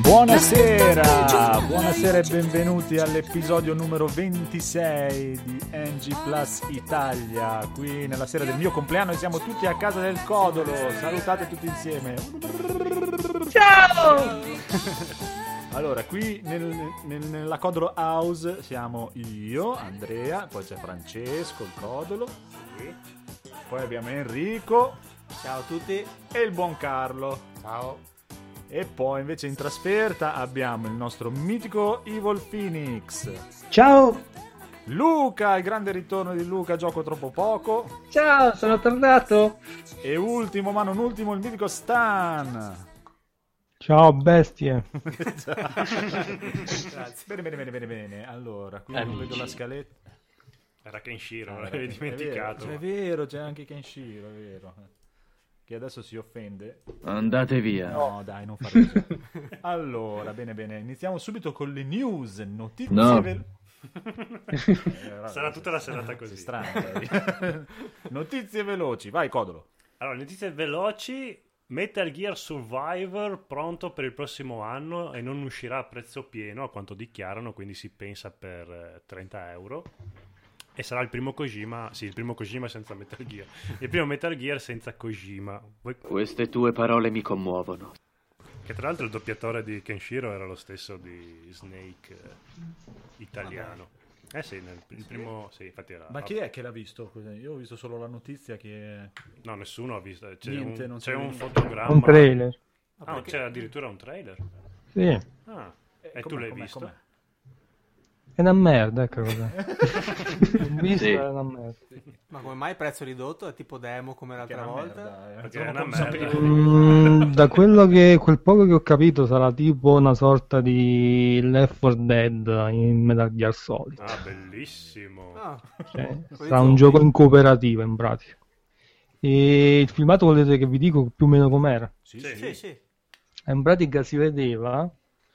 Buonasera e benvenuti all'episodio numero 26 di NG Plus Italia. Qui nella sera del mio compleanno e siamo tutti a casa del Codolo. Salutate tutti insieme. Ciao! Allora, qui nella Codolo House siamo io, Andrea, poi c'è Francesco, il Codolo, poi abbiamo Enrico, ciao a tutti, e il buon Carlo, ciao. E poi invece in trasferta abbiamo il nostro mitico Evil Phoenix. Ciao! Luca, il grande ritorno di Luca, gioco troppo poco. Ciao, sono tornato! E ultimo ma non ultimo il mitico Stan. Ciao bestie. Grazie. Bene. Allora, qui non vedo la scaletta. Era Kenshiro, l'avevi dimenticato. È vero, c'è anche Kenshiro, è vero. Che adesso si offende. Andate via. No, dai, non fare così. Allora, bene. Iniziamo subito con le news, notizie. No. Sarà tutta la serata così. Strano. Notizie veloci, vai Codolo. Allora, notizie veloci. Metal Gear Survivor pronto per il prossimo anno e non uscirà a prezzo pieno, a quanto dichiarano, quindi si pensa per 30 euro. E sarà il primo Kojima, sì, il primo Kojima senza Metal Gear. Il primo Metal Gear senza Kojima. Queste tue parole mi commuovono. Che tra l'altro il doppiatore di Kenshiro era lo stesso di Snake italiano. Sì, il primo, sì, infatti era. Ma chi è che l'ha visto? Io ho visto solo la notizia che... No, nessuno ha visto. C'è Niente, c'è un niente. fotogramma. Un trailer. Ah, c'è addirittura un trailer. Sì. Ah, e tu l'hai visto? Com'è? È una merda, ecco cos'è. Ho visto, Sì. è una merda. Ma come mai prezzo ridotto? È tipo demo come Che è l'altra una volta? merda, Perché è una Sono merda. consapevole. Da quello che quel poco che ho capito sarà tipo una sorta di Left 4 Dead in Metal Gear Solid. Ah, bellissimo. Ah, Cioè, Con i sarà un zombie. gioco in cooperativo in pratica. E il filmato volete che vi dico più o meno com'era? Sì. sì. In pratica si vedeva,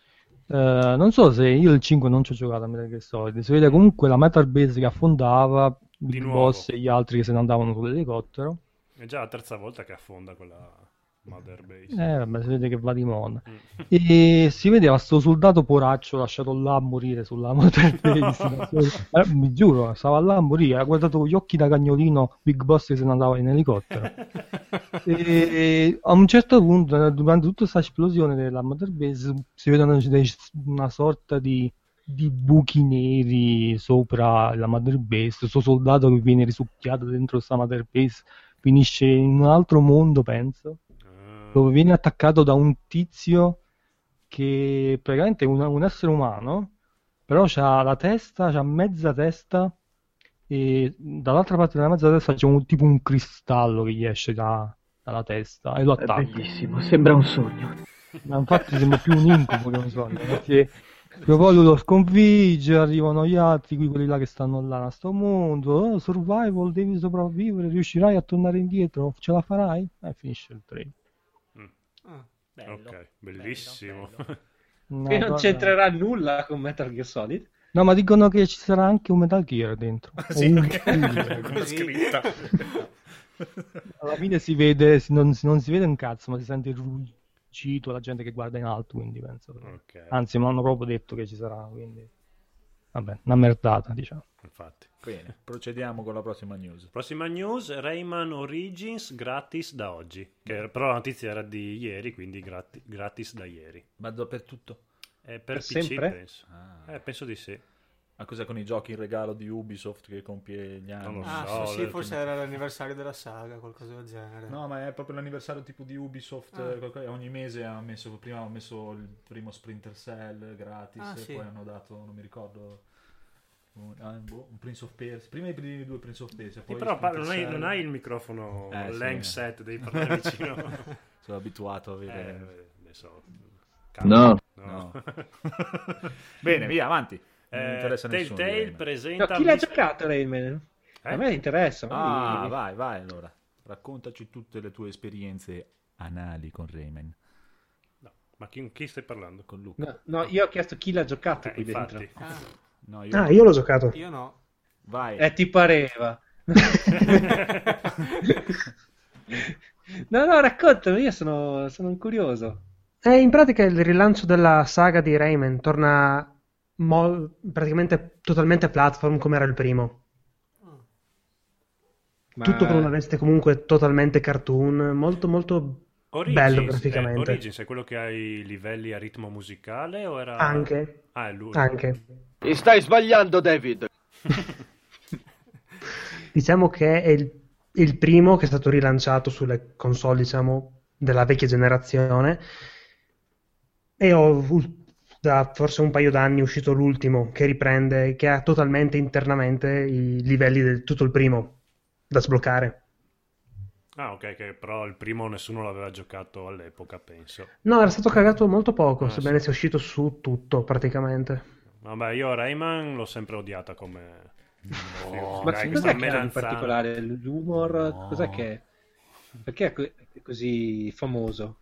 non so se io il 5 non ci ho giocato a Metal Gear Solid, si vede comunque la Metal Base che affondava, Di Big nuovo. Boss e gli altri che se ne andavano sull'elicottero. È già la terza volta che affonda quella Mother Base. Vabbè, si vede che va di moda. E si vedeva sto soldato poraccio lasciato là a morire sulla Metal Base. Mi giuro, stava là a morire, ha guardato con gli occhi da cagnolino Big Boss che se ne andava in elicottero. E a un certo punto, durante tutta questa esplosione della Mother Base, si vedono una sorta di buchi neri sopra la Mother Base. Questo soldato che viene risucchiato dentro questa Mother Base finisce in un altro mondo, penso, dove viene attaccato da un tizio che praticamente è un essere umano, però c'ha la testa, c'ha mezza testa, e dall'altra parte della mezza testa c'è tipo un cristallo che gli esce dalla testa e lo È attacca. bellissimo, sembra un sogno. Ma infatti sembra più un incubo che un sogno, perché poi lui lo sconfigge, arrivano gli altri, quelli là che stanno là in sto mondo. Oh, survival, devi sopravvivere, riuscirai a tornare indietro, ce la farai? E finisce il trailer. Ah, Ok, bellissimo. No, E non guarda- c'entrerà nulla con Metal Gear Solid? No, ma dicono che ci sarà anche un Metal Gear dentro. Sì, O un ok. killer. Con scritta. Alla fine si vede, non si vede un cazzo, ma si sente il ruggito, la gente che guarda in alto, quindi penso. Ok, Anzi, mi hanno proprio detto che ci sarà, quindi... Vabbè, una merdata, diciamo. infatti. Bene, procediamo con la prossima news. Prossima news, Rayman Origins gratis da oggi. Però la notizia era di ieri, quindi gratis da ieri. Ma dappertutto? Per Per PC sempre? penso. Ah. Penso di sì. Ma cos'è con i giochi in regalo di Ubisoft che compie gli anni? Non lo ah so, sì, forse era l'anniversario della saga, qualcosa del genere. No, ma è proprio l'anniversario tipo di Ubisoft. Ogni mese ha messo, prima hanno messo il primo Splinter Cell gratis, Ah, sì. poi hanno dato, non mi ricordo, un Prince of Persia. Prima i primi due Prince of Persia, poi Però Splinter non Cell. hai il microfono Sì. l'handset, devi parlare vicino. Sono abituato a vedere. Adesso... No. No. Bene, via, avanti. Non mi interessa nessuno. Telltale direi. No, presenta... chi l'ha giocato Rayman? Eh? A me interessa. Ah, quindi- vai allora. Raccontaci tutte le tue esperienze anali con Rayman. No, ma chi stai parlando? Con Luca. No, io ho chiesto chi l'ha giocato qui Infatti. dentro. No, Io l'ho giocato. Io no. Vai. Ti pareva. No, raccontami, io sono curioso. In pratica il rilancio della saga di Rayman torna praticamente totalmente platform come era il primo. Ma Tutto con una veste comunque totalmente cartoon, molto molto bello graficamente. Origins è quello che ha i livelli a ritmo musicale o era... Anche, Ah, è lui. anche. Ti stai sbagliando, David. Diciamo che è il primo che è stato rilanciato sulle console, diciamo, della vecchia generazione. E da forse un paio d'anni è uscito l'ultimo che riprende, che ha totalmente internamente i livelli di tutto il primo da sbloccare. Ah, ok, che però il primo nessuno l'aveva giocato all'epoca, penso. No, era stato cagato molto poco, Ah, sebbene sì. sia uscito su tutto praticamente. Vabbè, io Rayman l'ho sempre odiata come... Ma Dai, cos'è questa che ha in melanzana. particolare? L'humor? Cos'è che... Perché è così famoso?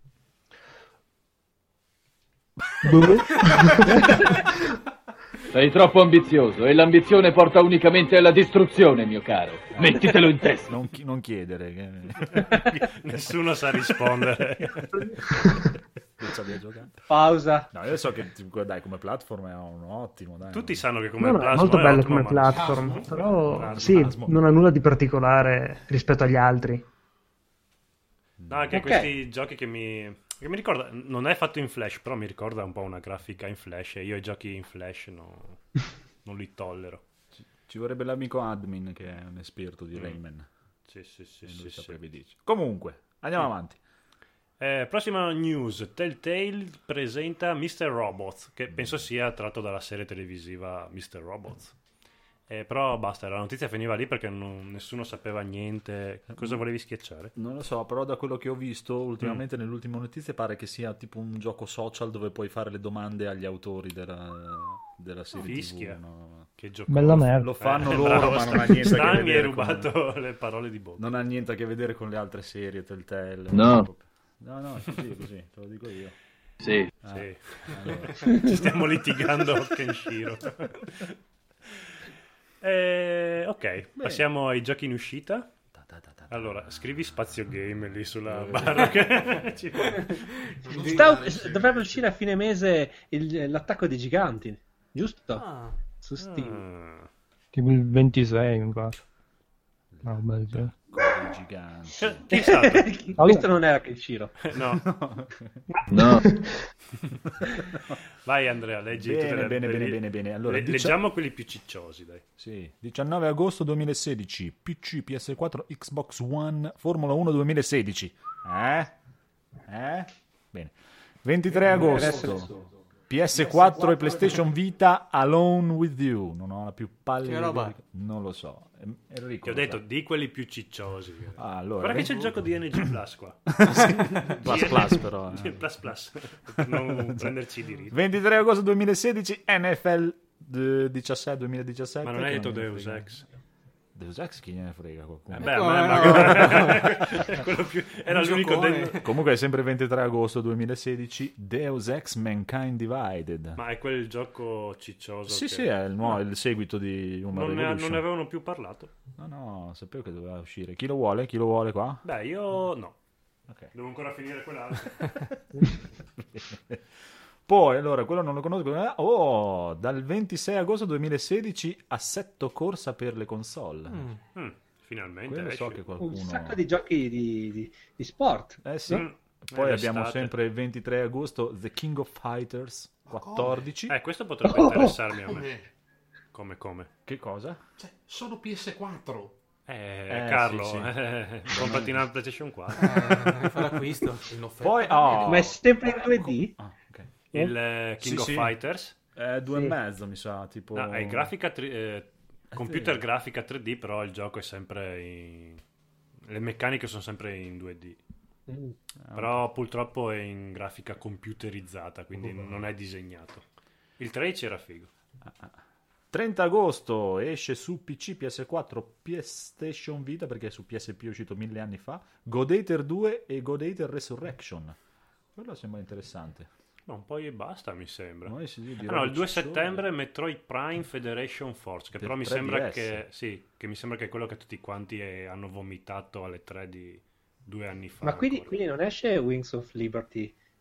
Sei troppo ambizioso e l'ambizione porta unicamente alla distruzione, mio caro. Mettitelo in testa. Non chiedere. Che... Nessuno sa rispondere. Non ci abbia giocato. Pausa. No, io so che dai, come platform è un ottimo. Dai, Tutti sanno che come No, è plasma molto è bello ottimo, come ma- platform, però Plasma. sì, non ha nulla di particolare rispetto agli altri. No, anche Ok. questi giochi che mi ricorda, non è fatto in flash, però mi ricorda un po' una grafica in flash e io i giochi in flash non li tollero. Ci vorrebbe l'amico admin che è un esperto di Rayman. Sì, sì, sì, E sì, lui sì. saprebbe dirci. Comunque, andiamo avanti. Prossima news, Telltale presenta Mr. Robot, che penso sia tratto dalla serie televisiva Mr. Robot. Però basta, la notizia finiva lì perché nessuno sapeva niente. Cosa volevi schiacciare? Non lo so, però da quello che ho visto ultimamente nelle ultime notizie pare che sia tipo un gioco social dove puoi fare le domande agli autori della serie Fischia. TV. No? Che gioco. Bella merda. Lo fanno loro, Bravo, ma non ha niente a Stan che mi hai vedere con... rubato le parole di bocca. Non ha niente a che vedere con le altre serie Telltale. No. No, è così, te lo dico io. Sì. Sì. Allora. Ci stiamo litigando a Kenshiro. Ok, passiamo ai giochi in uscita. Allora, scrivi spazio game lì sulla barra. Dovrebbe uscire a fine mese l'attacco dei giganti, giusto? Ah, Su Steam. Tipo il 26, mi pare. No, beh, cioè. Codi giganti. Chi è stato? Questo non era Kenshiro. No. No. Vai Andrea, leggi tutte le... Bene. Allora, Leggiamo quelli più cicciosi, dai. Sì, 19 agosto 2016, PC, PS4, Xbox One, Formula 1 2016. Bene. 23 agosto, PS4 e PlayStation Vita, Alone with You. Non ho la più pallida Che roba? idea. Non lo so. Enrico, Ti ho lo detto sa. di quelli più cicciosi. Allora, Guarda che c'è il gioco di NG Plus qua. Plus però. Plus, per non prenderci di rito. 23 agosto 2016, NFL 2017. Ma non hai che detto me ne Deus frega. Ex. Deus Ex chi gliene frega qualcuno? Beh, a come me no? magari... quello più... Era Un l'unico giocone. del... Comunque è sempre 23 agosto 2016, Deus Ex Mankind Divided. Ma è quel gioco ciccioso Sì, che... sì, è il seguito di Human non Revolution. ne avevano più parlato. No, sapevo che doveva uscire. Chi lo vuole? Chi lo vuole qua? Beh, io no. Ok. Devo ancora finire quell'altro. Poi, allora, quello non lo conosco. Oh, dal 26 agosto 2016, Assetto Corsa per le console. Finalmente Quello so esce. che Un qualcuno... sacco di giochi di sport. Eh sì. Mm. Poi È abbiamo l'estate. sempre il 23 agosto, The King of Fighters 14. Questo potrebbe interessarmi a me. Come? Che cosa? Cioè, sono PS4. Carlo, sì, sì. comprati una PlayStation 4. fa l'acquisto. In offerta. Poi, Ma è sempre in 2D? ok. Il King Sì, of sì. Fighters. Due Sì. e mezzo, mi sa, tipo... No, è grafica computer vero. grafica 3D, però il gioco è sempre in... Le meccaniche sono sempre in 2D. Però purtroppo è in grafica computerizzata, quindi non è disegnato. Il 13 era figo. 30 agosto esce su PC, PS4, PlayStation Vita, perché su PSP è uscito 1000 anni fa, God Eater 2 e God Eater Resurrection. Quello sembra interessante. Ma un po' e basta, mi sembra. Noi sì, di Ah, no, roba il 2 cicciosa. settembre Metroid Prime Federation Force, che Per però mi 3DS. sembra che mi sembra che è quello che tutti quanti hanno vomitato alle 3 di 2 anni fa. Ma quindi, ancora. quindi non esce Wings of Liberty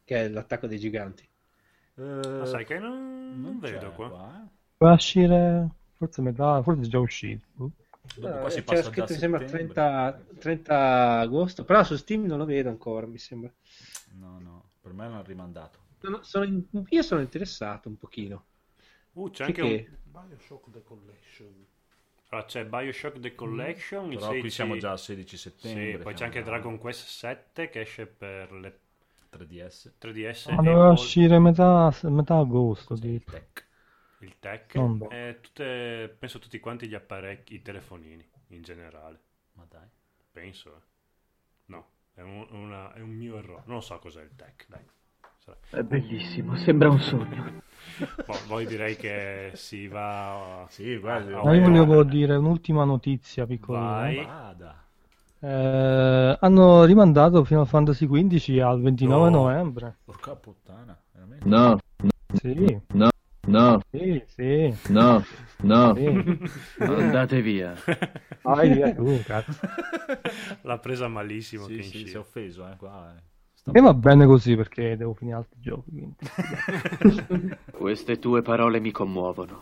che è l'attacco dei giganti. Ma sai che non vedo qua. Va a uscire forse metà, forse è già uscito. Dopo qua si C'era passa già scritto, a mi sembra, settembre. 30 agosto, però su Steam non lo vedo ancora, mi sembra. No, per me l'hanno rimandato. Io sono interessato un pochino. C'è anche un... Bioshock The Collection. Allora, c'è Bioshock The Collection, il Però qui 16 siamo già al 16 settembre. Sì, poi c'è anche Dragon Quest 7 che esce per le 3DS. 3DS Ma e doveva poi uscire metà agosto. Il tech. il tech Non boh. e penso tutti quanti gli apparecchi, i telefonini in generale. Ma dai. Penso, No, è un mio errore. Non so cos'è il tech, dai. È bellissimo, sembra un sogno. Poi direi che si va... Sì, guarda. Ma io volevo dire un'ultima notizia piccola. Vai. Vada. Hanno rimandato Final Fantasy XV al 29 No. novembre. Porca puttana, veramente. No, Sì, no, sì, sì. no, no, sì. andate via. Vai via tu, cazzo. L'ha presa malissimo Sì, Kenshiro. si è offeso, qua. E va bene così perché devo finire altri giochi. Quindi. Queste tue parole mi commuovono.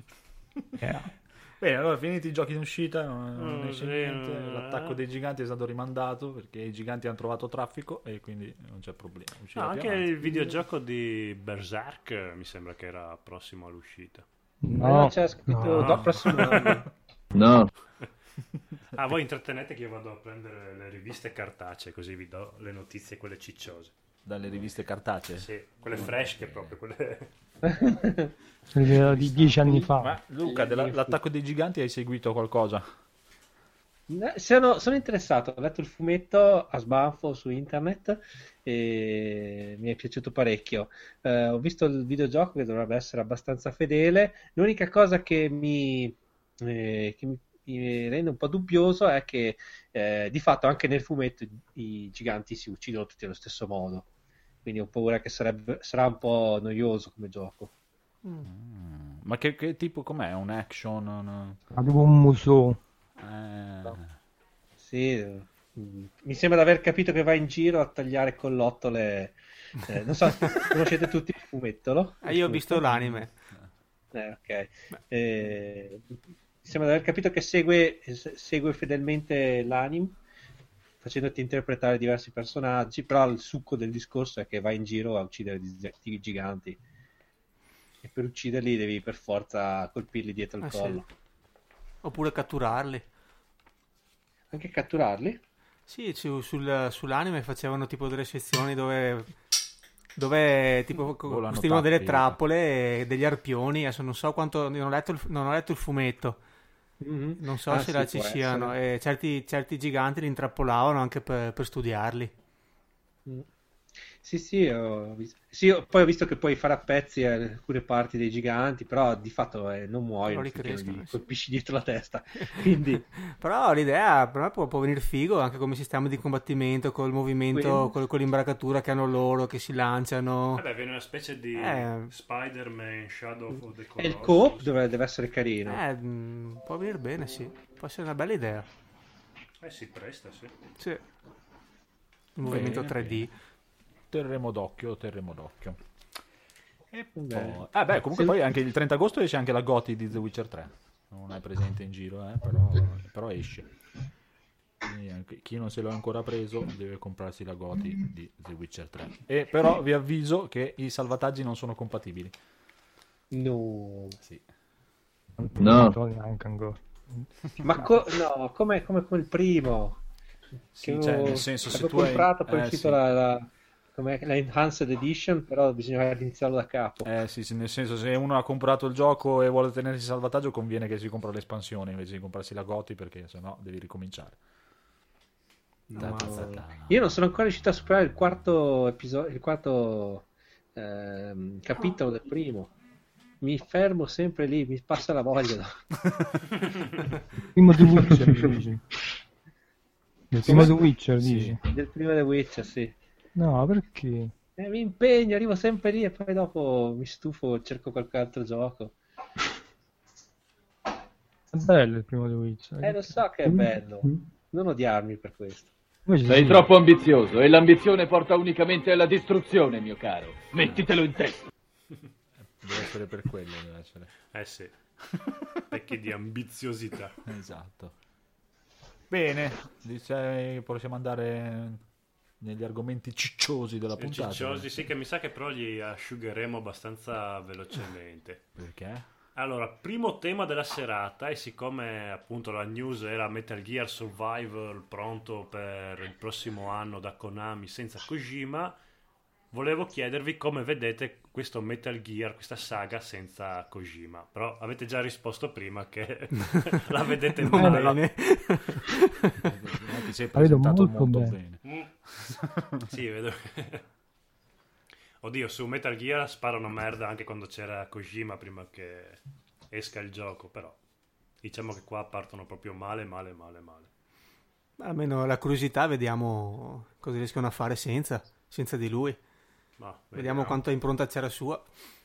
Bene, allora finiti i giochi in uscita, non esce sì, niente. L'attacco dei giganti è stato rimandato perché i giganti hanno trovato traffico e quindi non c'è problema. Uscirà più Anche avanti. il videogioco di Berserk mi sembra che era prossimo all'uscita. No, c'era scritto no. prossimo anno. No, Voi intrattenete che io vado a prendere le riviste cartacee così vi do le notizie, quelle cicciose. Dalle riviste cartacee. Sì, quelle fresche proprio, quelle... Di 10 anni fa. Ma Luca, dell'attacco dei giganti hai seguito qualcosa? Sono interessato, ho letto il fumetto a sbanfo su internet e mi è piaciuto parecchio. Ho visto il videogioco che dovrebbe essere abbastanza fedele. L'unica cosa che mi rende un po' dubbioso è che di fatto anche nel fumetto i giganti si uccidono tutti allo stesso modo. Quindi ho paura che sarà un po' noioso come gioco. Ma che tipo, com'è? Un action? Avevo un museo. Sì, mi sembra di aver capito che va in giro a tagliare con lottole. Non so, conoscete tutti il fumetto, no? Io ho visto l'anime. Ok. Mi sembra di aver capito che segue fedelmente l'anime, facendoti interpretare diversi personaggi, però il succo del discorso è che va in giro a uccidere i giganti. E per ucciderli devi per forza colpirli dietro il collo. Sì. Oppure catturarli. Anche catturarli? Sì, sull'anime facevano tipo delle sezioni dove tipo Volano costruivano delle tappi. trappole e degli arpioni. Adesso non so quanto, io non ho letto il fumetto. Mm-hmm. Non so se là ci siano. E certi giganti li intrappolavano anche per studiarli. Sì, poi ho visto che puoi fare a pezzi alcune parti dei giganti, però di fatto non muoiono, li crescono, sì. colpisci dietro la testa. Quindi Però l'idea per me può venire figo anche come sistema di combattimento, col movimento, con l'imbracatura che hanno loro, che si lanciano. Vabbè, viene una specie di Spider-Man Shadow of the Colossus. E il co-op deve essere carino. Può venire bene, sì. Può essere una bella idea. Si presta, sì. Sì. Il movimento 3D. Terremo d'occhio. E poi... comunque poi anche il 30 agosto esce anche la GOTY di The Witcher 3. Non è presente in giro, però esce. Quindi anche chi non se l'ha ancora preso deve comprarsi la GOTY di The Witcher 3. E però vi avviso che i salvataggi non sono compatibili. No. Sì. No. Neanche ancora. Ma no, come il primo. Sì, Che cioè, nel senso, se avevo tu comprato, hai... poi è uscito la Enhanced Edition, però bisogna iniziarlo da capo. sì, nel senso, se uno ha comprato il gioco e vuole tenersi salvataggio, conviene che si compra l'espansione invece di comprarsi la GOTY, perché sennò devi ricominciare. Io non sono ancora riuscito a superare il quarto episodio, il quarto capitolo del primo. Mi fermo sempre lì, mi passa la voglia. Primo The Witcher, dici? Del primo The Witcher, dici? Del primo The Witcher, sì. No, perché? Mi impegno, arrivo sempre lì e poi dopo mi stufo, cerco qualche altro gioco. È bello il primo The Witcher. Lo so che è bello. Non odiarmi per questo. Sei troppo ambizioso e l'ambizione porta unicamente alla distruzione, mio caro. Mettitelo in testa. Deve essere per quello, deve essere. Sì. Perché di ambiziosità. Esatto. Bene, dice, possiamo andare negli argomenti cicciosi della puntata. Cicciosi, sì, che mi sa che però li asciugheremo abbastanza velocemente. Perché? Allora, primo tema della serata, e siccome appunto la news era Metal Gear Survival pronto per il prossimo anno da Konami senza Kojima, volevo chiedervi come vedete questo Metal Gear, questa saga senza Kojima. Però avete già risposto prima che la vedete male. Ti sei presentato molto bene. Sì, vedo. Oddio, su Metal Gear sparano merda anche quando c'era Kojima prima che esca il gioco, però diciamo che qua partono proprio male. Almeno la curiosità, vediamo cosa riescono a fare senza di lui. Vediamo quanta impronta c'era sua.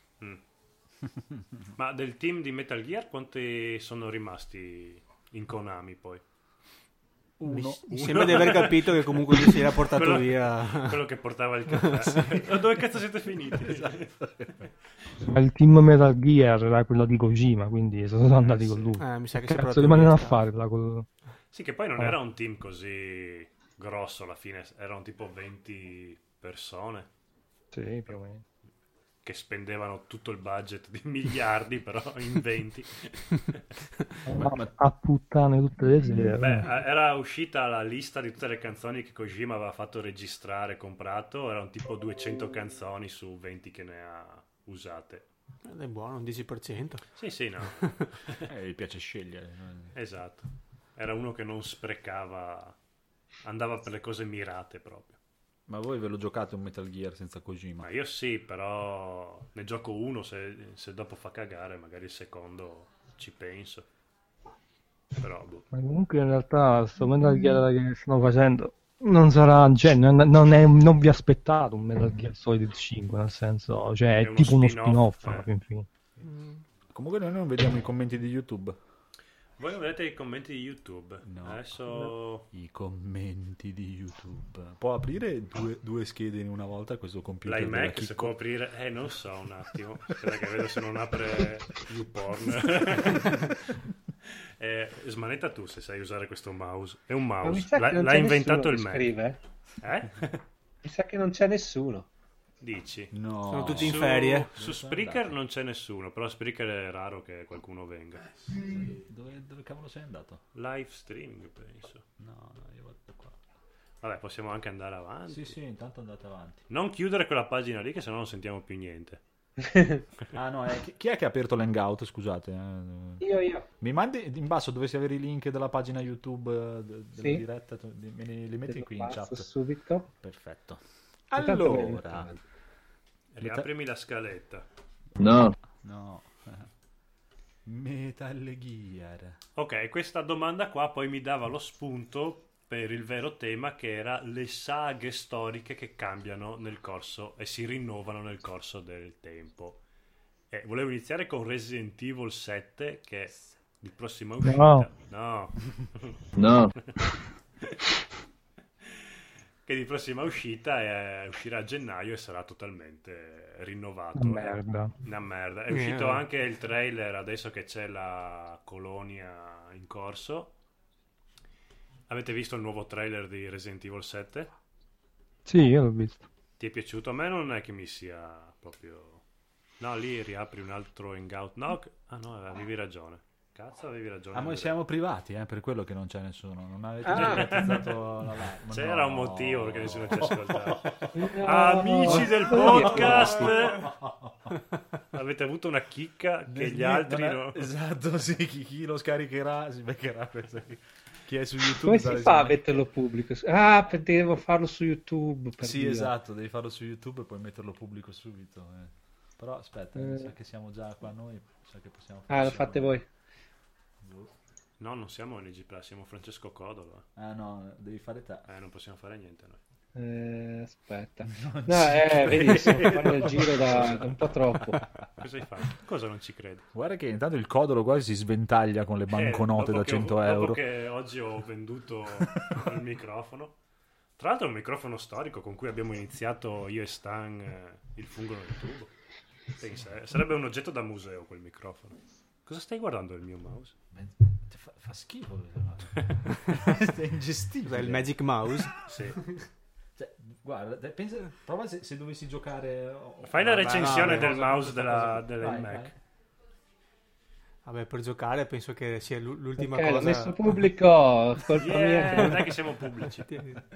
Ma del team di Metal Gear quanti sono rimasti in Konami poi? Uno. Mi sembra di aver capito che comunque lui si era portato via quello che portava il caffè. Dove cazzo siete finiti? Esatto. Il team Metal Gear era quello di Kojima, si sono andati con lui. Mi sa che che cazzo rimangono a fare là Sì, che poi non era un team così grosso alla fine, erano tipo 20 persone. Sì, più o meno. Che spendevano tutto il budget di miliardi, però in 20. A puttane tutte le sere. Era uscita la lista di tutte le canzoni che Kojima aveva fatto registrare, comprato. Erano tipo 200 canzoni su 20 che ne ha usate. È buono, un 10%. Sì, no. Gli piace scegliere. Esatto. Era uno che non sprecava, andava per le cose mirate proprio. Ma voi ve lo giocate un Metal Gear senza Kojima? Ma io sì, però ne gioco uno, se dopo fa cagare magari il secondo ci penso. Però Ma comunque in realtà sto Metal Gear che stanno facendo non sarà, cioè non vi aspettate un Metal Gear Solid 5, nel senso, cioè è tipo uno spin-off alla fine. Comunque noi non vediamo i commenti di YouTube. Voi non vedete i commenti di YouTube? No. Adesso... I commenti di YouTube. Può aprire due schede in una volta questo computer? L'iMac se può aprire... non so, un attimo. Aspetta che vedo se non apre YouPorn. Smanetta tu se sai usare questo mouse. È un mouse. L'ha inventato il Mac. Scrive? Mi sa che non c'è nessuno. Dici? No. Sono tutti in ferie. Su Spreaker non c'è nessuno, però Spreaker è raro che qualcuno venga. Sì. Dove cavolo sei andato? Live streaming, penso. No, io vado qua. Vabbè, possiamo anche andare avanti. Sì, intanto andate avanti. Non chiudere quella pagina lì, che sennò non sentiamo più niente. Chi è che ha aperto l'Hangout, scusate? Io. Mi mandi in basso, dovessi avere i link della pagina YouTube della diretta, li metti qui in chat subito. Perfetto. Allora riaprimi la scaletta. No. Metal Gear. Ok, questa domanda qua poi mi dava lo spunto per il vero tema, che era le saghe storiche che cambiano nel corso e si rinnovano nel corso del tempo. Volevo iniziare con Resident Evil 7, che è il prossimo uscita. No. Che di prossima uscita uscirà a gennaio e sarà totalmente rinnovato. Una merda. È uscito anche il trailer adesso che c'è la colonia in corso. Avete visto il nuovo trailer di Resident Evil 7? Sì, io l'ho visto. Ti è piaciuto? A me non è che mi sia proprio... No, lì riapri un altro hangout. No, avevi ragione. Cazzo, avevi ragione. Noi siamo privati, per quello che non c'è nessuno. Non avete privatizzato la live. C'era un motivo perché nessuno ci ascoltava. Amici del podcast, avete avuto una chicca che gli altri no. Esatto, sì, chi lo scaricherà si beccherà questo qui. Chi è su YouTube. Come si fa a metterlo pubblico? Devo farlo su YouTube. Sì, esatto, devi farlo su YouTube e poi metterlo pubblico subito. Però aspetta, sa che siamo già qua noi, sa che possiamo fare. Lo fate voi. No, non siamo NG Plus, siamo Francesco Codolo. No, devi fare te. Non possiamo fare niente noi. Aspetta. Vedi, sto facendo il giro da un po' troppo. Cosa hai fatto? Cosa non ci credi? Guarda che intanto il Codolo quasi si sventaglia con le banconote da 100 euro. Dopo che oggi ho venduto il microfono. Tra l'altro è un microfono storico con cui abbiamo iniziato io e Stan il fungo nel tubo. Pensa, sarebbe un oggetto da museo quel microfono. Cosa stai guardando del mio mouse? Fa schifo. È ingestibile. È il Magic Mouse? Sì. Cioè, guarda, prova se dovessi giocare. Fai la recensione del mouse del Mac. Vai. Vabbè, per giocare penso che sia l'ultima Ok, cosa. l'ho messo pubblico, colpa mia. Dai che siamo pubblici.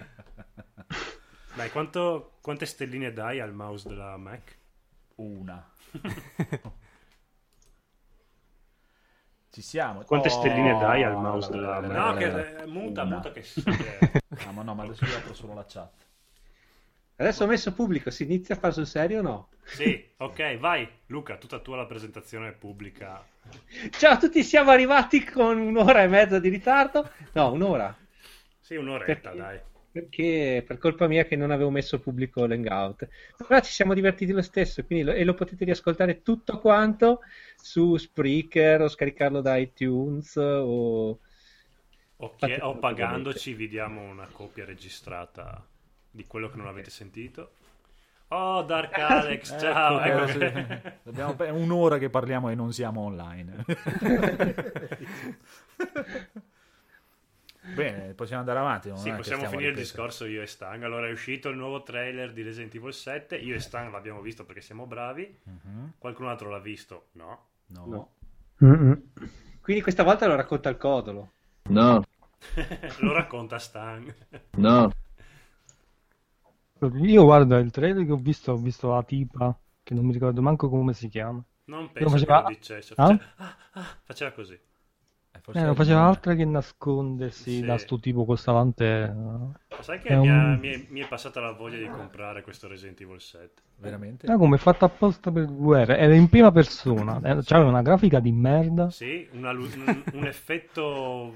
Dai, quante stelline dai al mouse della Mac? Una. Ci siamo. Quante stelline dai al mouse della Mac? No, che muta che si ma adesso io apro solo la chat. Adesso ho messo pubblico, si inizia a fare sul serio o no? Sì, ok, vai Luca, tutta tua la presentazione pubblica. Ciao a tutti, siamo arrivati con 1 ora e mezza di ritardo. No, 1 ora. Sì, un'oretta, Perché? dai. Perché per colpa mia che non avevo messo pubblico l'hangout. Però ci siamo divertiti lo stesso, quindi lo potete riascoltare tutto quanto su Spreaker o scaricarlo da iTunes o O pagandoci vi diamo una copia registrata di quello che non avete sentito. Oh, Dark Alex, ciao. È un'ora che parliamo e non siamo online. Bene, possiamo andare avanti. Sì, possiamo finire il discorso io e Stan. Allora è uscito il nuovo trailer di Resident Evil 7. Io e Stan l'abbiamo visto perché siamo bravi. Qualcun altro l'ha visto? No. Quindi questa volta lo racconta il Codolo. No, Lo racconta Stan. no. Io guarda il trailer che ho visto la tipa, che non mi ricordo manco come si chiama. Non penso faceva- che lo dicesse. Ah? Faceva così. Non faceva altro che nascondersi Sì. da sto tipo con sta lanterna. Sai che È un- mi è passata la voglia di comprare questo Resident Evil 7. Veramente? Come è fatto apposta per guerra, era in prima persona, c'aveva una grafica di merda. Sì, un effetto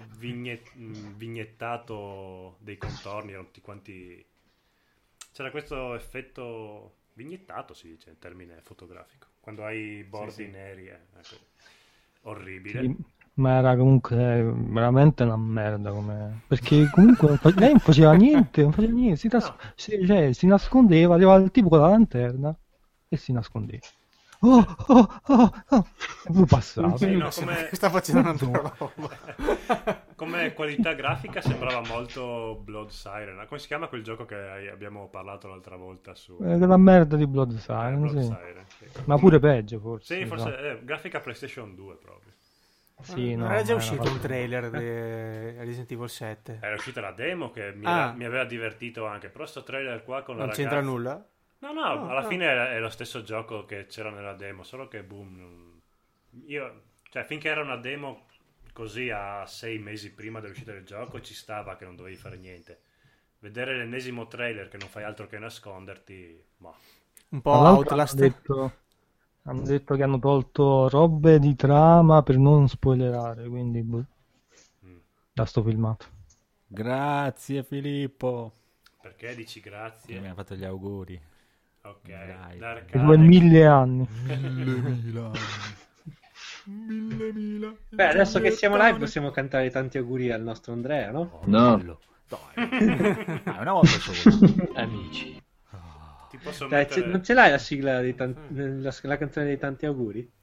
vignettato dei contorni, erano tutti quanti... C'era questo effetto vignettato, si dice in termine fotografico, quando hai i bordi neri, ecco. Orribile. Sì, ma era comunque veramente una merda perché comunque lei non faceva niente, si nascondeva, arrivava il tipo con la lanterna e si nascondeva. E poi passava. Sì, no, come... Sta facendo un'altra roba. Come qualità grafica sembrava molto Blood Siren. Come si chiama quel gioco che abbiamo parlato l'altra volta su La merda di Blood Siren, Blood sì. Siren, sì. Ma pure peggio forse. Sì, forse esatto. grafica PlayStation 2 proprio. Sì, no, Non era già ma uscito era un trailer di Resident Evil 7? Era uscita la demo che mi aveva divertito anche, però sto trailer qua con la Non ragazza... c'entra nulla? No, alla fine è lo stesso gioco che c'era nella demo, solo che cioè finché era una demo così a 6 mesi prima dell'uscita del gioco ci stava che non dovevi fare niente. Vedere l'ennesimo trailer che non fai altro che nasconderti, ma... Un po' Tra l'altro Outlast. hanno detto che hanno tolto robe di trama per non spoilerare, quindi da sto filmato. Grazie Filippo. Perché dici grazie? Mi ha fatto gli auguri. Ok, Dai. Dark Per 1000 anni. 1000. Beh, adesso che siamo live possiamo cantare tanti auguri al nostro Andrea, no? No. Dai, una volta solo. Amici. Ti posso Dai, mettere... non ce l'hai la sigla la canzone dei tanti auguri?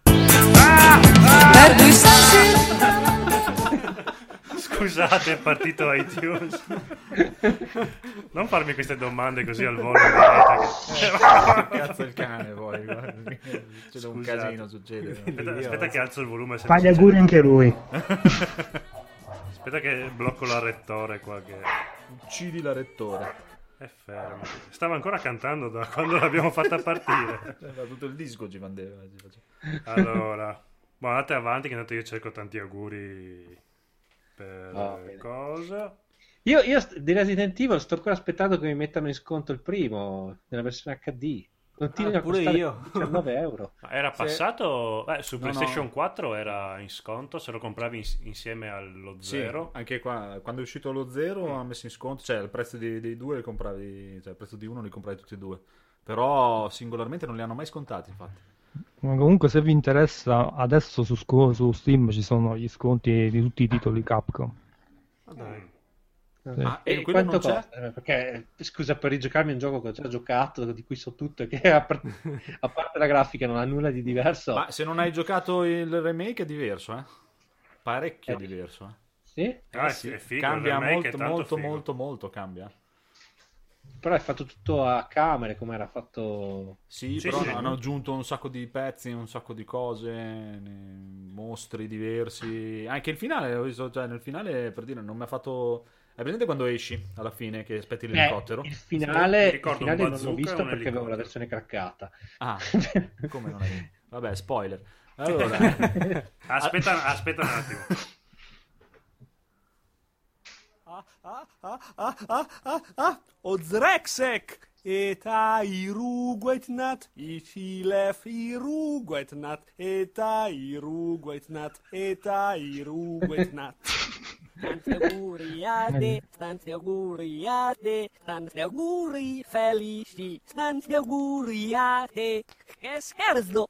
Scusate, è partito iTunes. Non farmi queste domande così al volo in diretta che... Cazzo il cane poi. Succede un Scusate. casino, succede. Aspetta che alzo il volume. se Fa gli non auguri anche lui. Aspetta che blocco la rettore qua che Uccidi la rettore. è fermo. Stava ancora cantando da quando l'abbiamo fatta partire. Tutto il disco ci mandava. Allora, andate avanti che intanto io cerco tanti auguri per bene. cosa. Io di Resident Evil sto ancora aspettando che mi mettano in sconto il primo nella versione HD. Continua a pure costare io. 19 euro. Ma era passato su No, PlayStation no. 4 era in sconto se lo compravi insieme allo Sì, 0. anche qua quando è uscito lo 0 ha messo in sconto, cioè il prezzo dei due li compravi, cioè il prezzo di uno li compravi tutti e due. Però singolarmente non li hanno mai scontati, infatti. Ma comunque se vi interessa, adesso su Steam ci sono gli sconti di tutti i titoli Capcom. Dai. E quello quanto non costa? Perché, scusa, per rigiocarmi un gioco che ho già giocato, di cui so tutto, che a parte la grafica non ha nulla di diverso. Ma se non hai giocato il remake è diverso, parecchio diverso. Sì? Sì. È figo, cambia molto cambia. Però è fatto tutto a camere, come era fatto. Sì, però hanno aggiunto un sacco di pezzi, un sacco di cose, mostri diversi. Anche il finale, ho visto, cioè nel finale, per dire, non mi ha fatto. Hai presente quando esci alla fine che aspetti l'elicottero? Il finale non l'ho visto perché avevo la versione craccata. Ah, come non hai? Vabbè, spoiler. Allora, aspetta un attimo. Ozreksek eta iruguetnat ichilef iruguetnat eta iruguetnat eta iruguetnat. Tanti auguri felici, tanti auguri a te, che scherzo!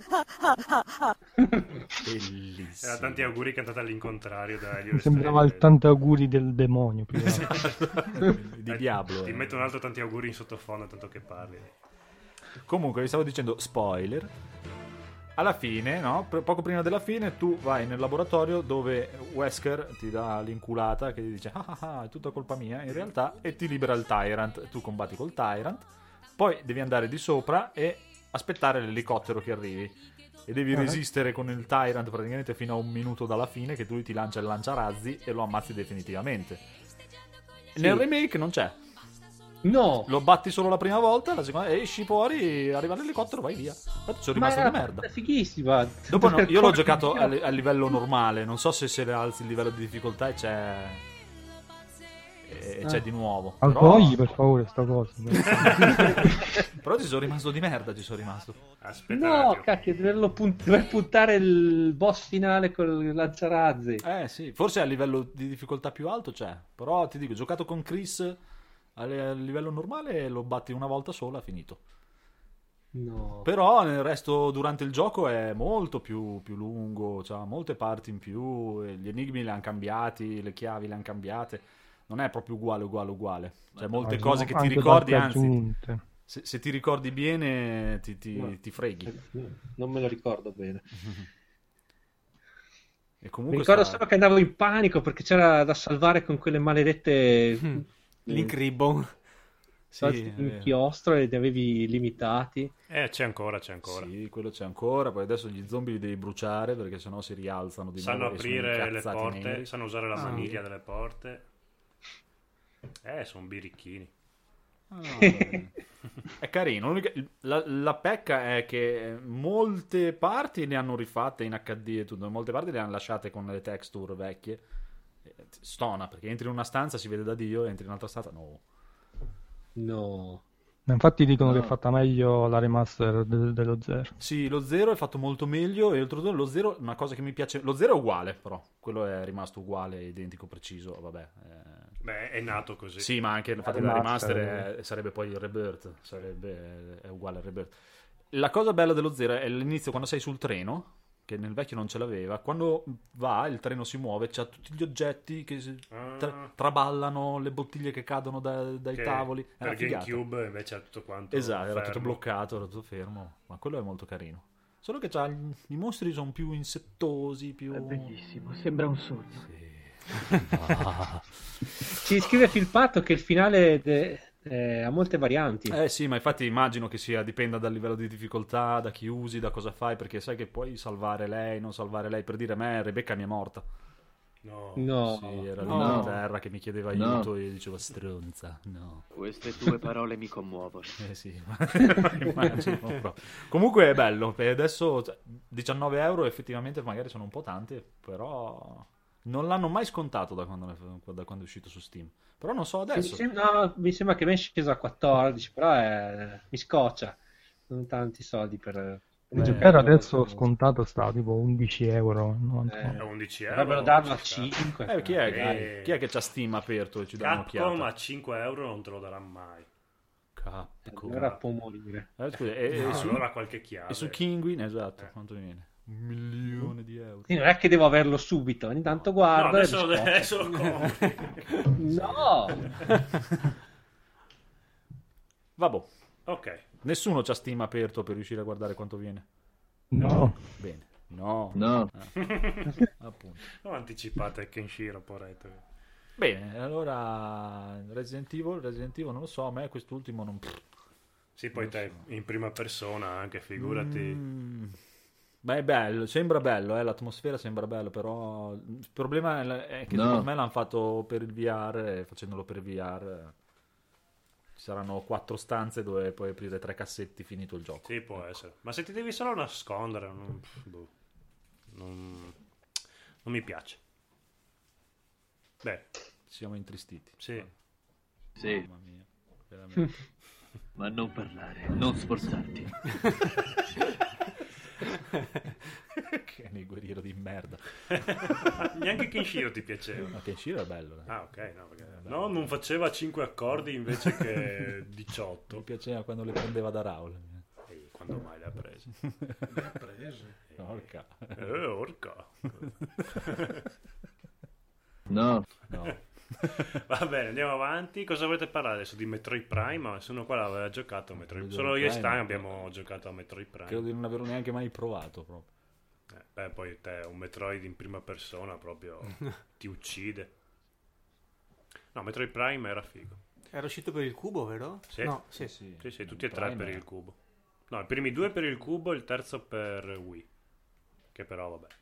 Bellissimo. Era tanti auguri cantata all'incontrario da Elio. Mi sembrava il tanti auguri del demonio. Di Diablo. Ti metto un altro tanti auguri in sottofondo, tanto che parli. Comunque, vi stavo dicendo, spoiler. Alla fine, no? Poco prima della fine, tu vai nel laboratorio dove Wesker ti dà l'inculata che ti dice è tutta colpa mia, in realtà, e ti libera il Tyrant. Tu combatti col Tyrant, poi devi andare di sopra e aspettare l'elicottero che arrivi. E devi resistere con il Tyrant praticamente fino a 1 minuto dalla fine, che lui ti lancia il lanciarazzi e lo ammazzi definitivamente. Sì. Nel remake non c'è. No, lo batti solo la prima volta, la seconda esci fuori, arriva l'elicottero, vai via. Infatti sono rimasto di merda. È fighissima. Dopo io l'ho giocato a livello normale, non so se le alzi il livello di difficoltà e c'è di nuovo. Togli per favore sta cosa. Però ci sono rimasto di merda, Aspetta, no, cacchio, dover puntare il boss finale col lanciarazzi. Sì, forse a livello di difficoltà più alto c'è. Però ti dico, ho giocato con Chris a livello normale, lo batti una volta sola, finito. No. Però nel resto durante il gioco è molto più lungo, c'ha molte parti in più, gli enigmi li hanno cambiati, le chiavi le hanno cambiate, non è proprio uguale. C'è molte cose che ti ricordi, anzi se ti ricordi bene ti freghi. Non me lo ricordo bene. E comunque mi ricordo solo che andavo in panico perché c'era da salvare con quelle maledette Link Ribbon. Sì, inchiostro e li avevi limitati. C'è ancora. Sì, quello c'è ancora. Poi adesso gli zombie li devi bruciare perché sennò si rialzano di nuovo. Sanno aprire le porte, sanno usare la maniglia delle porte. Sono birichini. È carino. La pecca è che molte parti le hanno rifatte in HD e tutto, molte parti le hanno lasciate con le texture vecchie. Stona, perché entri in una stanza si vede da Dio, entri in un'altra stanza no. Infatti dicono che è fatta meglio la remaster dello 0. Sì, lo 0 è fatto molto meglio, e oltretutto lo 0, una cosa che mi piace, lo 0 è uguale, però quello è rimasto uguale, identico, preciso, vabbè. Beh, è nato così. Sì, ma anche infatti la remaster sarebbe poi il Rebirth, è uguale al Rebirth. La cosa bella dello 0 è l'inizio, quando sei sul treno, che nel vecchio non ce l'aveva. Quando il treno si muove, c'ha tutti gli oggetti che traballano, le bottiglie che cadono dai tavoli. Per GameCube invece era tutto quanto esatto, fermo. Era tutto bloccato, era tutto fermo. Ma quello è molto carino. Solo che i mostri sono più insettosi, più... È bellissimo, sembra un sogno. Ci scrive Filpato che il finale ha molte varianti. Sì, ma infatti immagino che dipenda dal livello di difficoltà, da chi usi, da cosa fai, perché sai che puoi salvare lei, non salvare lei. Per dire, a me Rebecca mi è morta. No. Sì, era lì in terra che mi chiedeva aiuto e io dicevo stronza. No. Queste tue parole mi commuovono. Sì, immagino. Comunque è bello. E adesso 19 euro effettivamente magari sono un po' tanti, però non l'hanno mai scontato da quando è uscito su Steam. Però non so adesso. Mi sembra che mi è sceso a 14, però mi scoccia. Non tanti soldi per giocare. Adesso scontato sta tipo 11 euro. 11 euro. Dovrebbero darlo a 5. Chi è che c'ha Steam aperto e ci dà un'occhiata? Capcom a 5 euro non te lo darà mai. Capcom. Allora può morire. Scusa, allora qualche chiave. E su Kinguin, esatto, quanto viene? 1.000.000 €. Sì, non è che devo averlo subito, ogni tanto guardo. No, adesso lo compri. No! Vabbè. Ok. Nessuno c'ha Steam aperto per riuscire a guardare quanto viene. No. Bene. No. Appunto. No, anticipate Kenshiro, poretto. Bene, allora Resident Evil non lo so, a me quest'ultimo non... Sì, poi te in prima persona anche, figurati. Beh, è bello, sembra bello, l'atmosfera sembra bello, però il problema è che secondo me l'hanno fatto per il VR, e facendolo per VR ci saranno 4 stanze dove puoi aprire 3 cassetti finito il gioco. Sì, può essere. Ma se ti devi solo nascondere, non mi piace. Beh, siamo intristiti. Sì. Mamma mia, veramente. Ma non parlare, non sforzarti. Che è guerriero di merda. Neanche Kenshiro ti piaceva. Ma Kenshiro è bello. Ah, ok, no, perché... no, non faceva 5 accordi invece che 18. Mi piaceva quando le prendeva da Raul. Quando mai le ha prese? Le ha prese? Orca. Orca. No. Va bene, andiamo avanti. Cosa volete parlare adesso di Metroid Prime? Nessuno qua l'aveva giocato a Metroid. Solo io e Stan abbiamo giocato a Metroid Prime. Credo di non averlo neanche mai provato proprio. Beh, poi te un Metroid in prima persona proprio ti uccide. No, Metroid Prime era figo. Era uscito per il cubo, vero? Sì. No, sì. Sì, tutti e tre per il cubo. No, i primi 2 per il cubo e il terzo per Wii. Che però vabbè.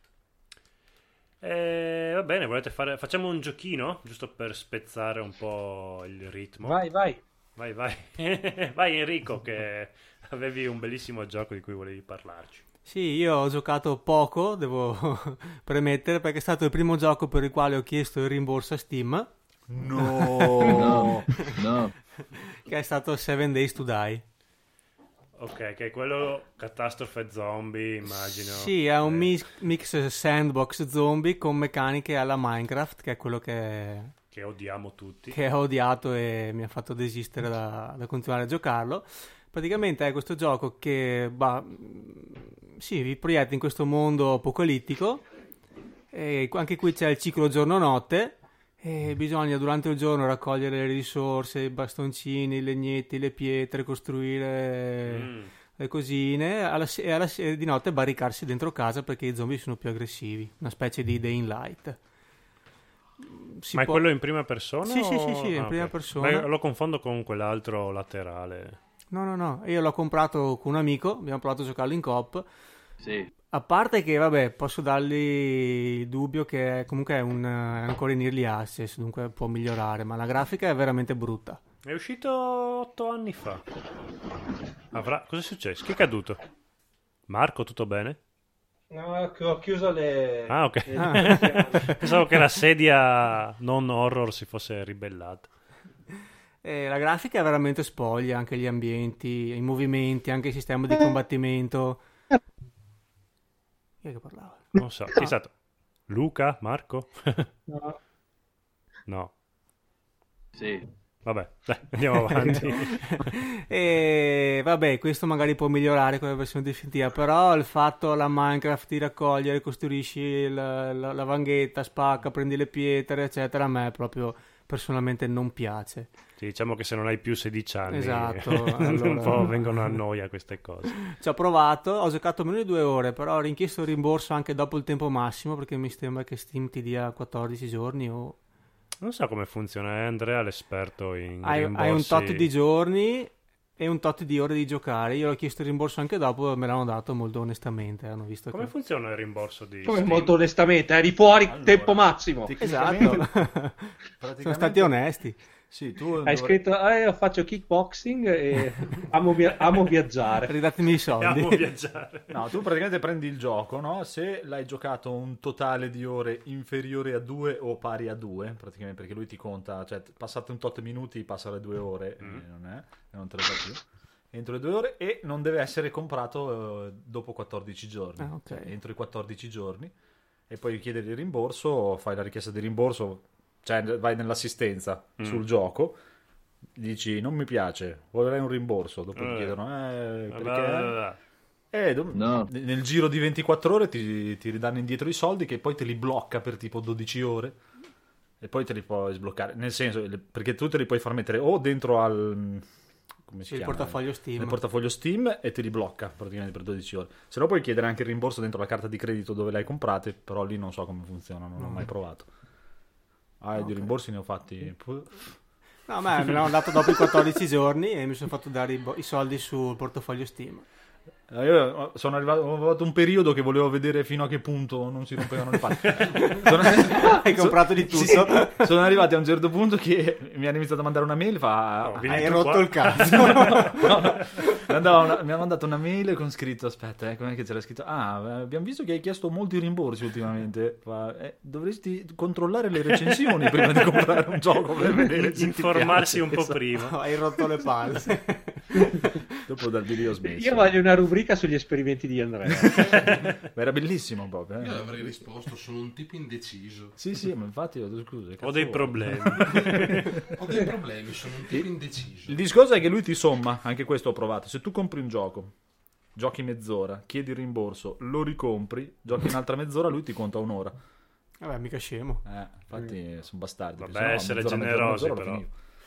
Va bene, volete fare... Facciamo un giochino, giusto per spezzare un po' il ritmo. Vai. Vai. Vai Enrico, che avevi un bellissimo gioco di cui volevi parlarci. Sì, io ho giocato poco, devo premettere, perché è stato il primo gioco per il quale ho chiesto il rimborso a Steam. No. Che è stato 7 Days to Die. Ok, che è quello catastrofe zombie, immagino. Sì, è un mix sandbox zombie con meccaniche alla Minecraft, che è quello che odiamo tutti. Che ho odiato e mi ha fatto desistere da continuare a giocarlo. Praticamente è questo gioco che vi proietta in questo mondo apocalittico, e anche qui c'è il ciclo giorno-notte. E bisogna durante il giorno raccogliere le risorse, i bastoncini, i legnetti, le pietre, costruire le cosine e di notte barricarsi dentro casa perché i zombie sono più aggressivi, una specie di Day in Light. Ma è quello in prima persona? Sì, in prima persona. Beh, lo confondo con quell'altro laterale. No, io l'ho comprato con un amico, abbiamo provato a giocarlo in coop. Sì. A parte che, vabbè, posso dargli il dubbio che comunque è ancora in early access, dunque può migliorare, ma la grafica è veramente brutta. È uscito 8 anni fa. Cosa è successo? Chi è caduto? Marco, tutto bene? No, ho chiuso le... Ah, ok. Pensavo che la sedia non horror si fosse ribellata. La grafica è veramente spoglia, anche gli ambienti, i movimenti, anche il sistema di combattimento. Chi è che parlava? Non so, chi è stato? Luca? Marco? No. Sì. Vabbè, dai, andiamo avanti. E vabbè, questo magari può migliorare con la versione definitiva, però il fatto alla Minecraft di raccogliere, costruisci la vanghetta, spacca, prendi le pietre, eccetera, a me proprio personalmente non piace. Sì, diciamo che se non hai più 16 anni esatto, un po' vengono a noia queste cose. Ci ho provato, ho giocato meno di 2 ore, però ho richiesto il rimborso anche dopo il tempo massimo, perché mi sembra che Steam ti dia 14 giorni o... Non so come funziona, Andrea l'esperto in rimborsi. Hai un tot di giorni e un tot di ore di giocare. Io ho chiesto il rimborso anche dopo e me l'hanno dato molto onestamente. Hanno visto come funziona il rimborso di Come Steam? molto onestamente, eri fuori tempo massimo. Esatto. Sono stati onesti. Sì, tu hai scritto io faccio kickboxing e amo viaggiare. Ridatemi i soldi. Amo viaggiare. No, tu praticamente prendi il gioco, no? Se l'hai giocato un totale di ore inferiore a 2 o pari a 2, praticamente, perché lui ti conta, cioè passate un tot minuti passa le 2 ore non te lo dà più. Entro le 2 ore, e non deve essere comprato dopo 14 giorni. Okay. Cioè, entro i 14 giorni, e poi chiedi il rimborso, fai la richiesta di rimborso. Cioè vai nell'assistenza sul gioco, dici non mi piace, vorrei un rimborso, dopo ti chiedono perché? No. Nel giro di 24 ore ti ridanno indietro i soldi, che poi te li blocca per tipo 12 ore e poi te li puoi sbloccare, nel senso, perché tu te li puoi far mettere o dentro al il portafoglio Steam. Nel portafoglio Steam, e te li blocca praticamente per 12 ore. Se no puoi chiedere anche il rimborso dentro la carta di credito dove le hai comprate, però lì non so come funziona, non l'ho mai provato. Di rimborsi ne ho fatti. No, ma me l'hanno dato dopo i 14 giorni e mi sono fatto dare i soldi sul portafoglio Steam. Io sono arrivato un periodo che volevo vedere fino a che punto non si rompevano le palle. Hai comprato di tutto? Sì, sono arrivati a un certo punto che mi hanno iniziato a mandare una mail. Hai rotto il cazzo. Mi hanno mandato una mail con scritto: aspetta, com'è che c'era scritto? Abbiamo visto che hai chiesto molti rimborsi ultimamente. Dovresti controllare le recensioni prima di comprare un gioco per vedere se informarsi un po' prima. Hai rotto le palle. Dopo dal video ho smesso. Io voglio una rubrica sugli esperimenti di Andrea. Ma era bellissimo proprio. Io avrei risposto: sono un tipo indeciso. Sì, ma infatti scusa, ho dei problemi. Ho dei problemi, sono un tipo indeciso. Il discorso è che lui ti somma, anche questo ho provato. Se tu compri un gioco, giochi mezz'ora, chiedi il rimborso, lo ricompri, giochi un'altra mezz'ora, lui ti conta un'ora. Vabbè, mica scemo. Infatti sono bastardi. Vabbè, essere generosi però.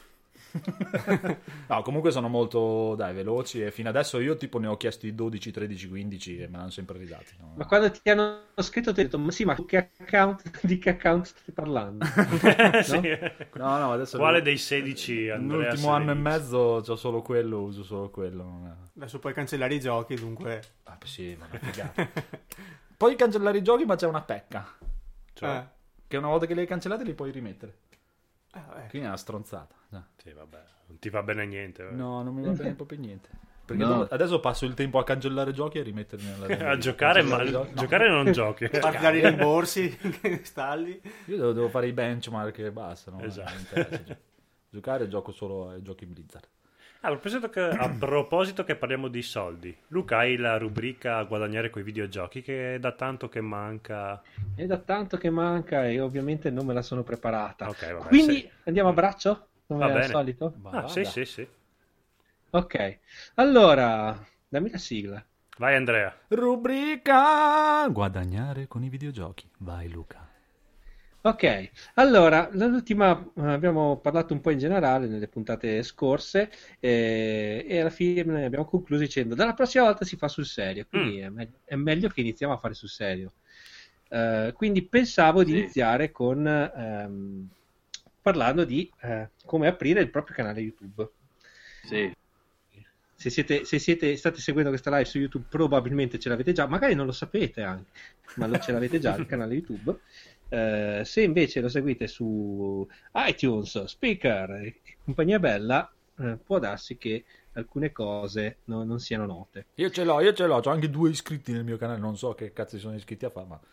No, comunque sono molto veloci, e fino adesso io tipo ne ho chiesti 12, 13, 15 e me l'hanno sempre ridati, no? Ma quando ti hanno scritto ti ho detto: ma sì, ma di che account stai parlando? Sì. No, adesso quale dei 16 Andrea? L'ultimo anno e mezzo c'ho solo quello, uso solo quello. Adesso puoi cancellare i giochi, dunque. Sì, ma figata. Puoi cancellare i giochi, ma c'è una pecca, cioè che una volta che li hai cancellati li puoi rimettere. Quindi è una stronzata. Sì, vabbè, non ti va bene niente. No, non mi va bene proprio niente. Perché adesso passo il tempo a cancellare giochi e a rimettermi nella a giocare, ma giocare non giochi. Fatti dare i rimborsi che installi. Io devo fare i benchmark e basta, no? Esatto. Giocare gioco solo ai giochi Blizzard. A proposito che parliamo di soldi, Luca, hai la rubrica guadagnare coi videogiochi, che è da tanto che manca. È da tanto che manca e ovviamente non me la sono preparata. Okay, vabbè, quindi andiamo a braccio? Come va al bene. solito? Sì. Ok, allora dammi la sigla. Vai Andrea. Rubrica guadagnare con i videogiochi. Vai Luca. Ok, allora, l'ultima abbiamo parlato un po' in generale nelle puntate scorse e alla fine abbiamo concluso dicendo: dalla prossima volta si fa sul serio, quindi è meglio che iniziamo a fare sul serio. Quindi pensavo di iniziare con parlando di come aprire il proprio canale YouTube. Sì. Se state seguendo questa live su YouTube, probabilmente ce l'avete già, magari non lo sapete anche, ma ce l'avete già il canale YouTube. Se invece lo seguite su iTunes, Speaker e compagnia bella, può darsi che alcune cose non siano note. Io ce l'ho, c'ho anche 2 iscritti nel mio canale, non so che cazzo sono iscritti a fare, ma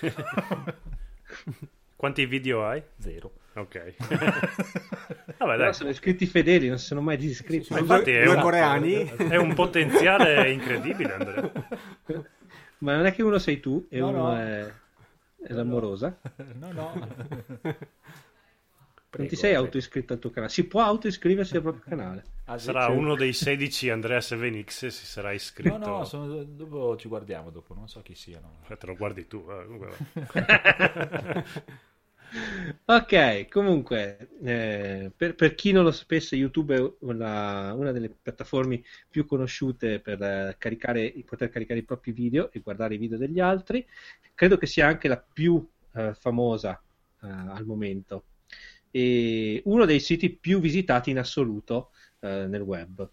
quanti video hai? 0. Ok. Vabbè, dai. Sono iscritti fedeli, non si sono mai disiscritti. Ma infatti è coreani. È un potenziale incredibile, Andrea. Ma non è che uno sei tu e uno è l'amorosa? No. Non ti sei autoiscritto al tuo canale? Si può autoiscriversi al proprio canale. Sarà uno dei 16 Andrea 7X, si sarà iscritto. No, dopo ci guardiamo, non so chi siano. Te lo guardi tu. Ok, comunque, per chi non lo sapesse, YouTube è una delle piattaforme più conosciute per poter caricare i propri video e guardare i video degli altri. Credo che sia anche la più famosa al momento e uno dei siti più visitati in assoluto nel web.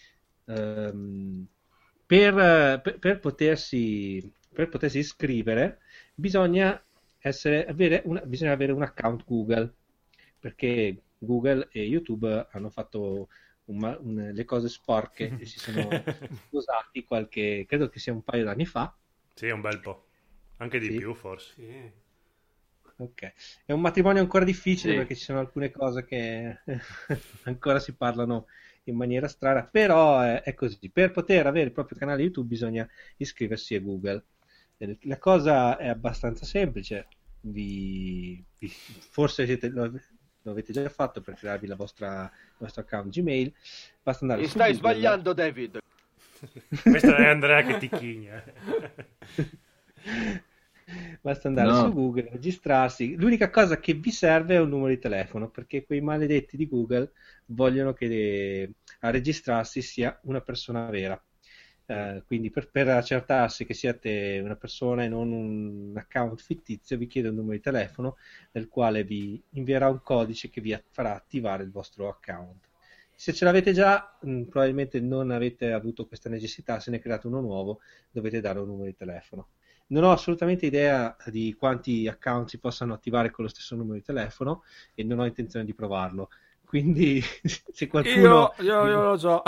Per potersi iscrivere bisogna avere un account Google, perché Google e YouTube hanno fatto le cose sporche e si sono usati credo che sia un paio d'anni fa. Sì, un bel po', anche di più forse. Sì. Ok, è un matrimonio ancora difficile perché ci sono alcune cose che ancora si parlano in maniera strana, però è così. Per poter avere il proprio canale YouTube bisogna iscriversi a Google. La cosa è abbastanza semplice, forse lo avete già fatto per crearvi il vostro account Gmail. Basta andare stai sbagliando, David. Questo è Andrea che ti chigna. Basta andare su Google, registrarsi. L'unica cosa che vi serve è un numero di telefono, perché quei maledetti di Google vogliono che a registrarsi sia una persona vera. Quindi per accertarsi che siate una persona e non un account fittizio, vi chiede un numero di telefono nel quale vi invierà un codice che vi farà attivare il vostro account. Se ce l'avete già, probabilmente non avete avuto questa necessità. Se ne è creato uno nuovo, dovete dare un numero di telefono. Non ho assolutamente idea di quanti account si possano attivare con lo stesso numero di telefono e non ho intenzione di provarlo. Quindi se qualcuno... Io lo so.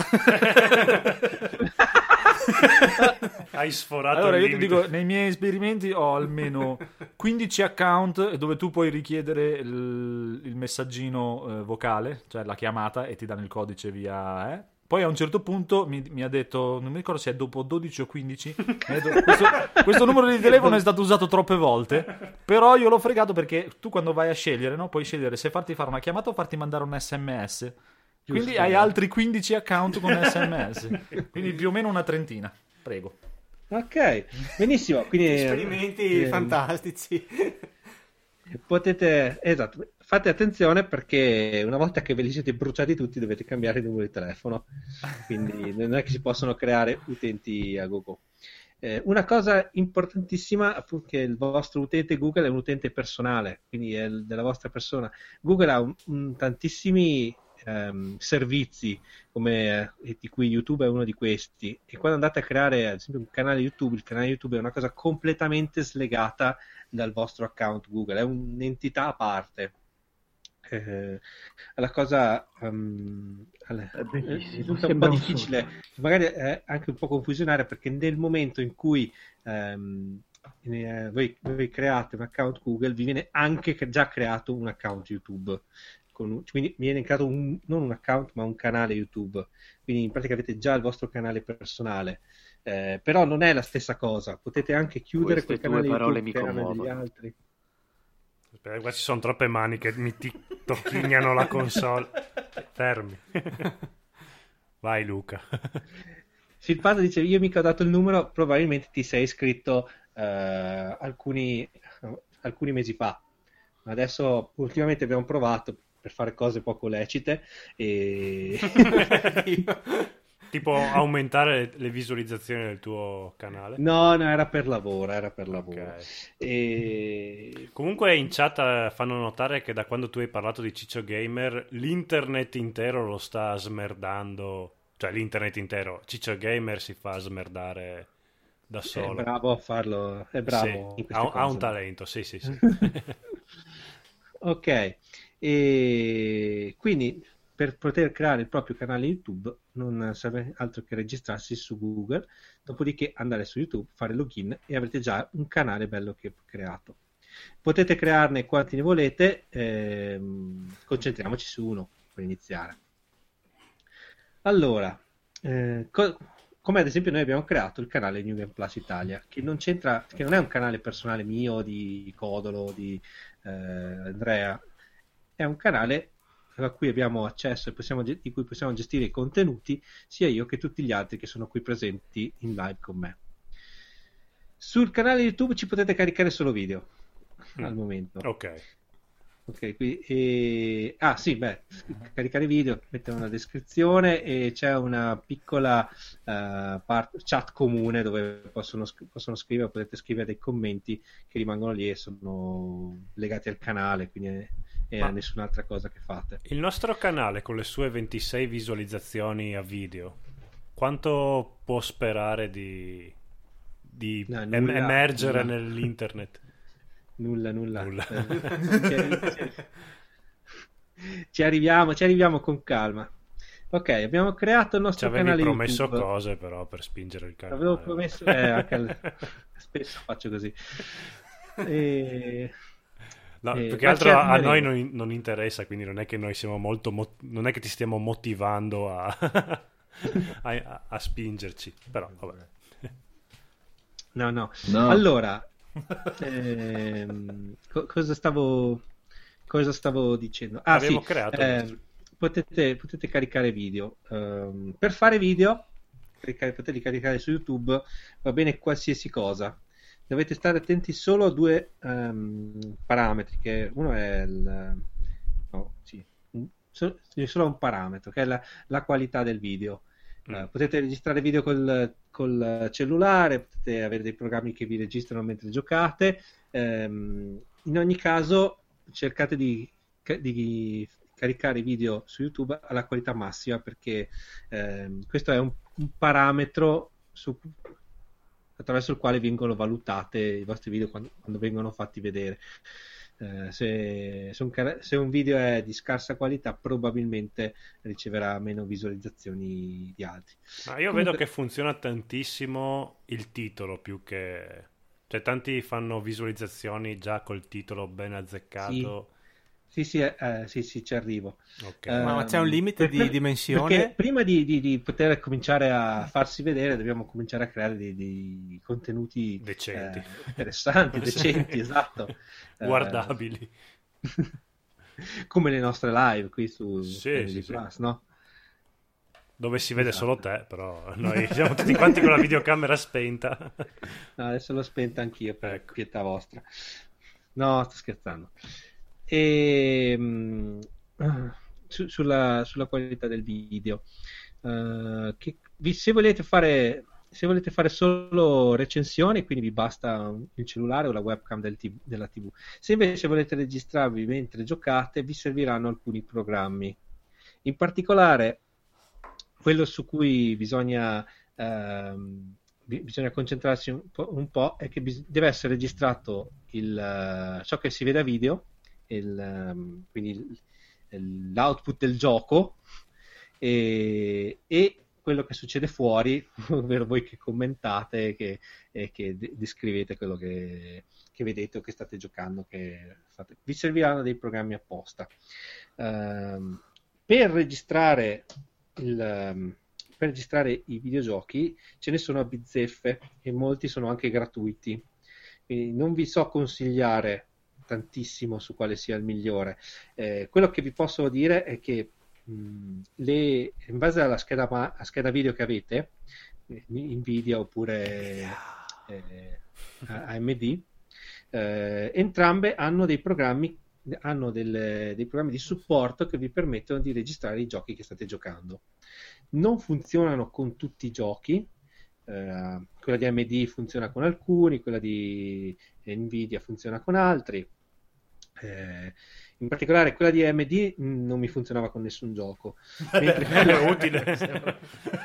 Hai sforato allora, il io ti limite. dico, nei miei esperimenti ho almeno 15 account dove tu puoi richiedere il messaggino vocale, cioè la chiamata, e ti danno il codice via... Poi a un certo punto mi ha detto, non mi ricordo se è dopo 12 o 15, mi ha detto, questo numero di telefono è stato usato troppe volte, però io l'ho fregato perché tu quando vai a scegliere, no, puoi scegliere se farti fare una chiamata o farti mandare un SMS. Quindi Giusto, hai altri 15 account con SMS, quindi più o meno una trentina, prego. Ok, benissimo. Quindi, esperimenti fantastici. Potete, esatto, fate attenzione perché una volta che ve li siete bruciati tutti dovete cambiare il numero di telefono, quindi non è che si possono creare utenti a gogo. Una cosa importantissima è che il vostro utente Google è un utente personale, quindi è della vostra persona. Google ha tantissimi servizi, di cui YouTube è uno di questi, e quando andate a creare ad esempio un canale YouTube, il canale YouTube è una cosa completamente slegata dal vostro account Google, è un'entità a parte. La cosa risulta un po' difficile, magari è anche un po' confusionaria, perché nel momento in cui voi create un account Google vi viene anche già creato un account YouTube, quindi mi viene creato non un account ma un canale YouTube, quindi in pratica avete già il vostro canale personale, però non è la stessa cosa, potete anche chiudere quel canale YouTube che hanno degli altri. Aspetta, qua ci sono troppe mani che mi tocchignano la console. Fermi. Vai Luca. Silpato dice, io mica ho dato il numero, probabilmente ti sei iscritto alcuni mesi fa. Adesso ultimamente abbiamo provato per fare cose poco lecite e... Tipo aumentare le visualizzazioni del tuo canale? No, era per lavoro, Okay. E... Comunque in chat fanno notare che da quando tu hai parlato di Ciccio Gamer l'internet intero lo sta smerdando, cioè l'internet intero, Ciccio Gamer si fa smerdare da solo. È bravo a farlo, è bravo. Sì, in queste ha un cose. talento, sì. Ok, e quindi per poter creare il proprio canale YouTube non serve altro che registrarsi su Google, dopodiché andare su YouTube, fare login e avrete già un canale bello che creato. Potete crearne quanti ne volete, concentriamoci su uno per iniziare. Allora, come ad esempio noi abbiamo creato il canale New Game Plus Italia, che non è un canale personale mio, di Codolo, di Andrea, è un canale a cui abbiamo accesso e di cui possiamo gestire i contenuti sia io che tutti gli altri che sono qui presenti in live con me. Sul canale YouTube ci potete caricare solo video al momento. Ok, qui, caricare video, mettere una descrizione e c'è una piccola chat comune dove possono scrivere, potete scrivere dei commenti che rimangono lì e sono legati al canale, quindi a nessun'altra cosa che fate. Il nostro canale con le sue 26 visualizzazioni a video, quanto può sperare di emergere nell'internet? Nulla. Ci arriviamo con calma. Ok, abbiamo creato il nostro canale YouTube. Ci avevi promesso cose però per spingere il canale. Avevo promesso, spesso faccio così. No, più che altro a noi non interessa, quindi non è che noi siamo non è che ti stiamo motivando a spingerci, però vabbè. No. Allora, cosa stavo dicendo? Abbiamo creato potete caricare video. Per fare video poterli caricare su YouTube, va bene qualsiasi cosa. Dovete stare attenti solo a due parametri, che uno è solo un parametro, che è la qualità del video. Potete registrare video col cellulare, potete avere dei programmi che vi registrano mentre giocate. In ogni caso cercate di caricare i video su YouTube alla qualità massima, perché questo è un parametro attraverso il quale vengono valutate i vostri video quando vengono fatti vedere. Se un video è di scarsa qualità, probabilmente riceverà meno visualizzazioni di altri. Ma io vedo che funziona tantissimo il titolo, più che... Cioè, tanti fanno visualizzazioni già col titolo ben azzeccato. Sì, ci arrivo. Okay. Ma c'è un limite di dimensione? Perché prima di poter cominciare a farsi vedere dobbiamo cominciare a creare dei contenuti decenti, interessanti, decenti, esatto. Guardabili. Come le nostre live qui su sì. Plus, no? Dove si vede solo te, però noi siamo tutti quanti con la videocamera spenta. No, adesso l'ho spenta anch'io per pietà vostra. No, sto scherzando. E sulla qualità del video, se volete fare solo recensioni, quindi vi basta il cellulare o la webcam della TV. Se invece volete registrarvi mentre giocate, vi serviranno alcuni programmi. In particolare, quello su cui bisogna concentrarsi un po' è che deve essere registrato ciò che si vede a video, quindi l'output del gioco e quello che succede fuori, ovvero voi che commentate e che descrivete quello che vedete o che state giocando, vi serviranno dei programmi apposta. Per registrare i videogiochi ce ne sono a bizzeffe e molti sono anche gratuiti, quindi non vi so consigliare tantissimo su quale sia il migliore. Quello che vi posso dire è che in base alla scheda video che avete, Nvidia oppure AMD, entrambe hanno dei programmi di supporto che vi permettono di registrare i giochi che state giocando. Non funzionano con tutti i giochi. Quella di AMD funziona con alcuni, quella di Nvidia funziona con altri. In particolare quella di AMD non mi funzionava con nessun gioco. È utile.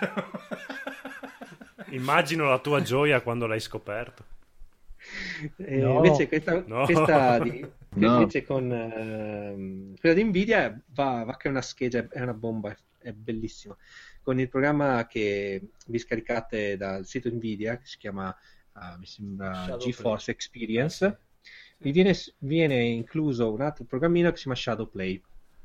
Immagino la tua gioia quando l'hai scoperto. Invece invece con quella di Nvidia va che è una scheggia, è una bomba, è bellissima. Con il programma che vi scaricate dal sito Nvidia, che si chiama mi sembra GeForce Experience, vi viene incluso un altro programmino che si chiama Shadowplay,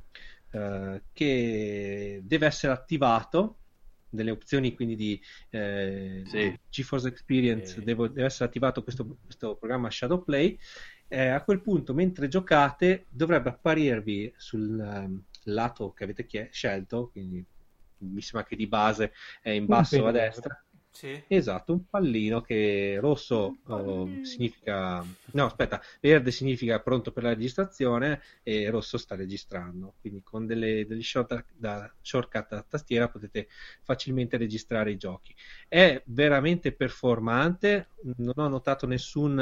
che deve essere attivato, delle opzioni quindi di GeForce Experience, deve essere attivato questo programma Shadowplay. A quel punto, mentre giocate, dovrebbe apparirvi sul lato che avete scelto, quindi mi sembra che di base è in basso a destra. Sì. Esatto, un pallino che rosso significa... No, aspetta, verde significa pronto per la registrazione e rosso sta registrando. Quindi con delle shortcut a tastiera potete facilmente registrare i giochi. È veramente performante, non ho notato nessun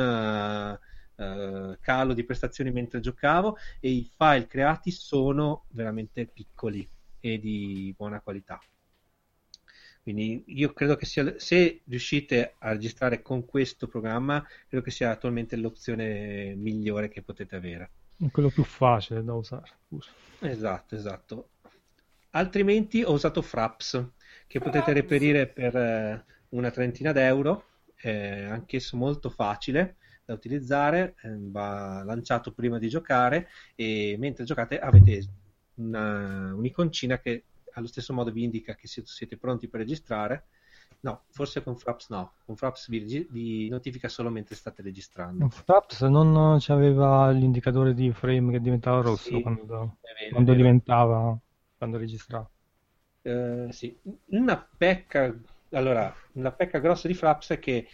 calo di prestazioni mentre giocavo, e i file creati sono veramente piccoli e di buona qualità. Quindi io credo che se riuscite a registrare con questo programma, credo che sia attualmente l'opzione migliore che potete avere. È quello più facile da usare. Esatto. Altrimenti ho usato Fraps, che potete reperire per una trentina d'euro, anch'esso molto facile da utilizzare, va lanciato prima di giocare e mentre giocate avete un'iconcina che allo stesso modo vi indica che siete pronti per registrare. No, forse con Fraps no. Con Fraps vi notifica solo mentre state registrando. Fraps non c'aveva l'indicatore di frame che diventava rosso quando diventava, quando registrava. Sì. Una pecca allora, la pecca grossa di Fraps è che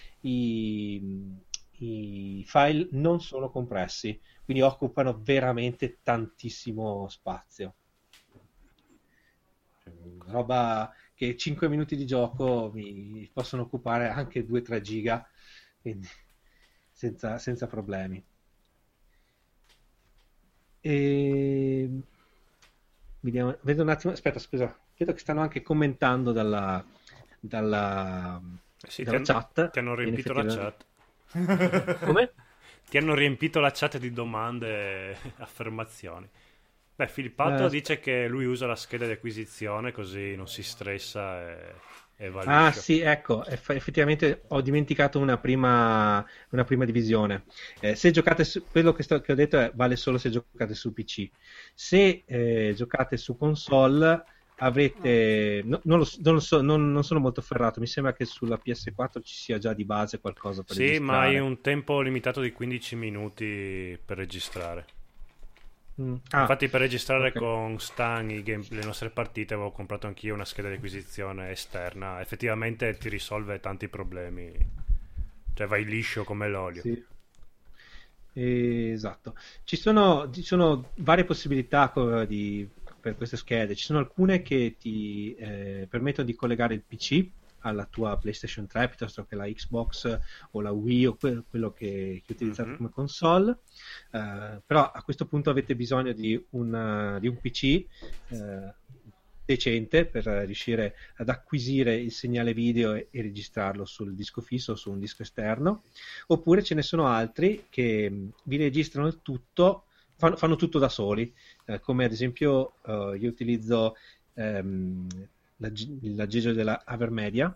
i file non sono compressi, quindi occupano veramente tantissimo spazio. Roba che 5 minuti di gioco mi possono occupare anche 2-3 giga, quindi senza problemi. E... vedo un attimo, aspetta, scusa, vedo che stanno anche commentando dalla Sì, chat. Ti hanno riempito la chat. Come? Ti hanno riempito la chat di domande e affermazioni. Beh, Filippato dice che lui usa la scheda di acquisizione così non si stressa e va liscio. Ah sì, ecco, effettivamente ho dimenticato una prima divisione. Se giocate quello che ho detto vale solo se giocate su PC. Se giocate su console avrete... non sono molto ferrato, mi sembra che sulla PS4 ci sia già di base qualcosa per registrare. Sì, ma hai un tempo limitato di 15 minuti per registrare. Infatti per registrare con Stan le nostre partite avevo comprato anch'io una scheda di acquisizione esterna. Effettivamente ti risolve tanti problemi, cioè vai liscio come l'olio. Sì. Esatto, ci sono varie possibilità per queste schede. Ci sono alcune che ti permettono di collegare il PC alla tua PlayStation 3 piuttosto che la Xbox o la Wii o quello che utilizzate come console, però a questo punto avete bisogno di un PC decente per riuscire ad acquisire il segnale video e registrarlo sul disco fisso o su un disco esterno, oppure ce ne sono altri che vi registrano il tutto, fanno tutto da soli, come ad esempio io utilizzo l'aggeggio della Avermedia,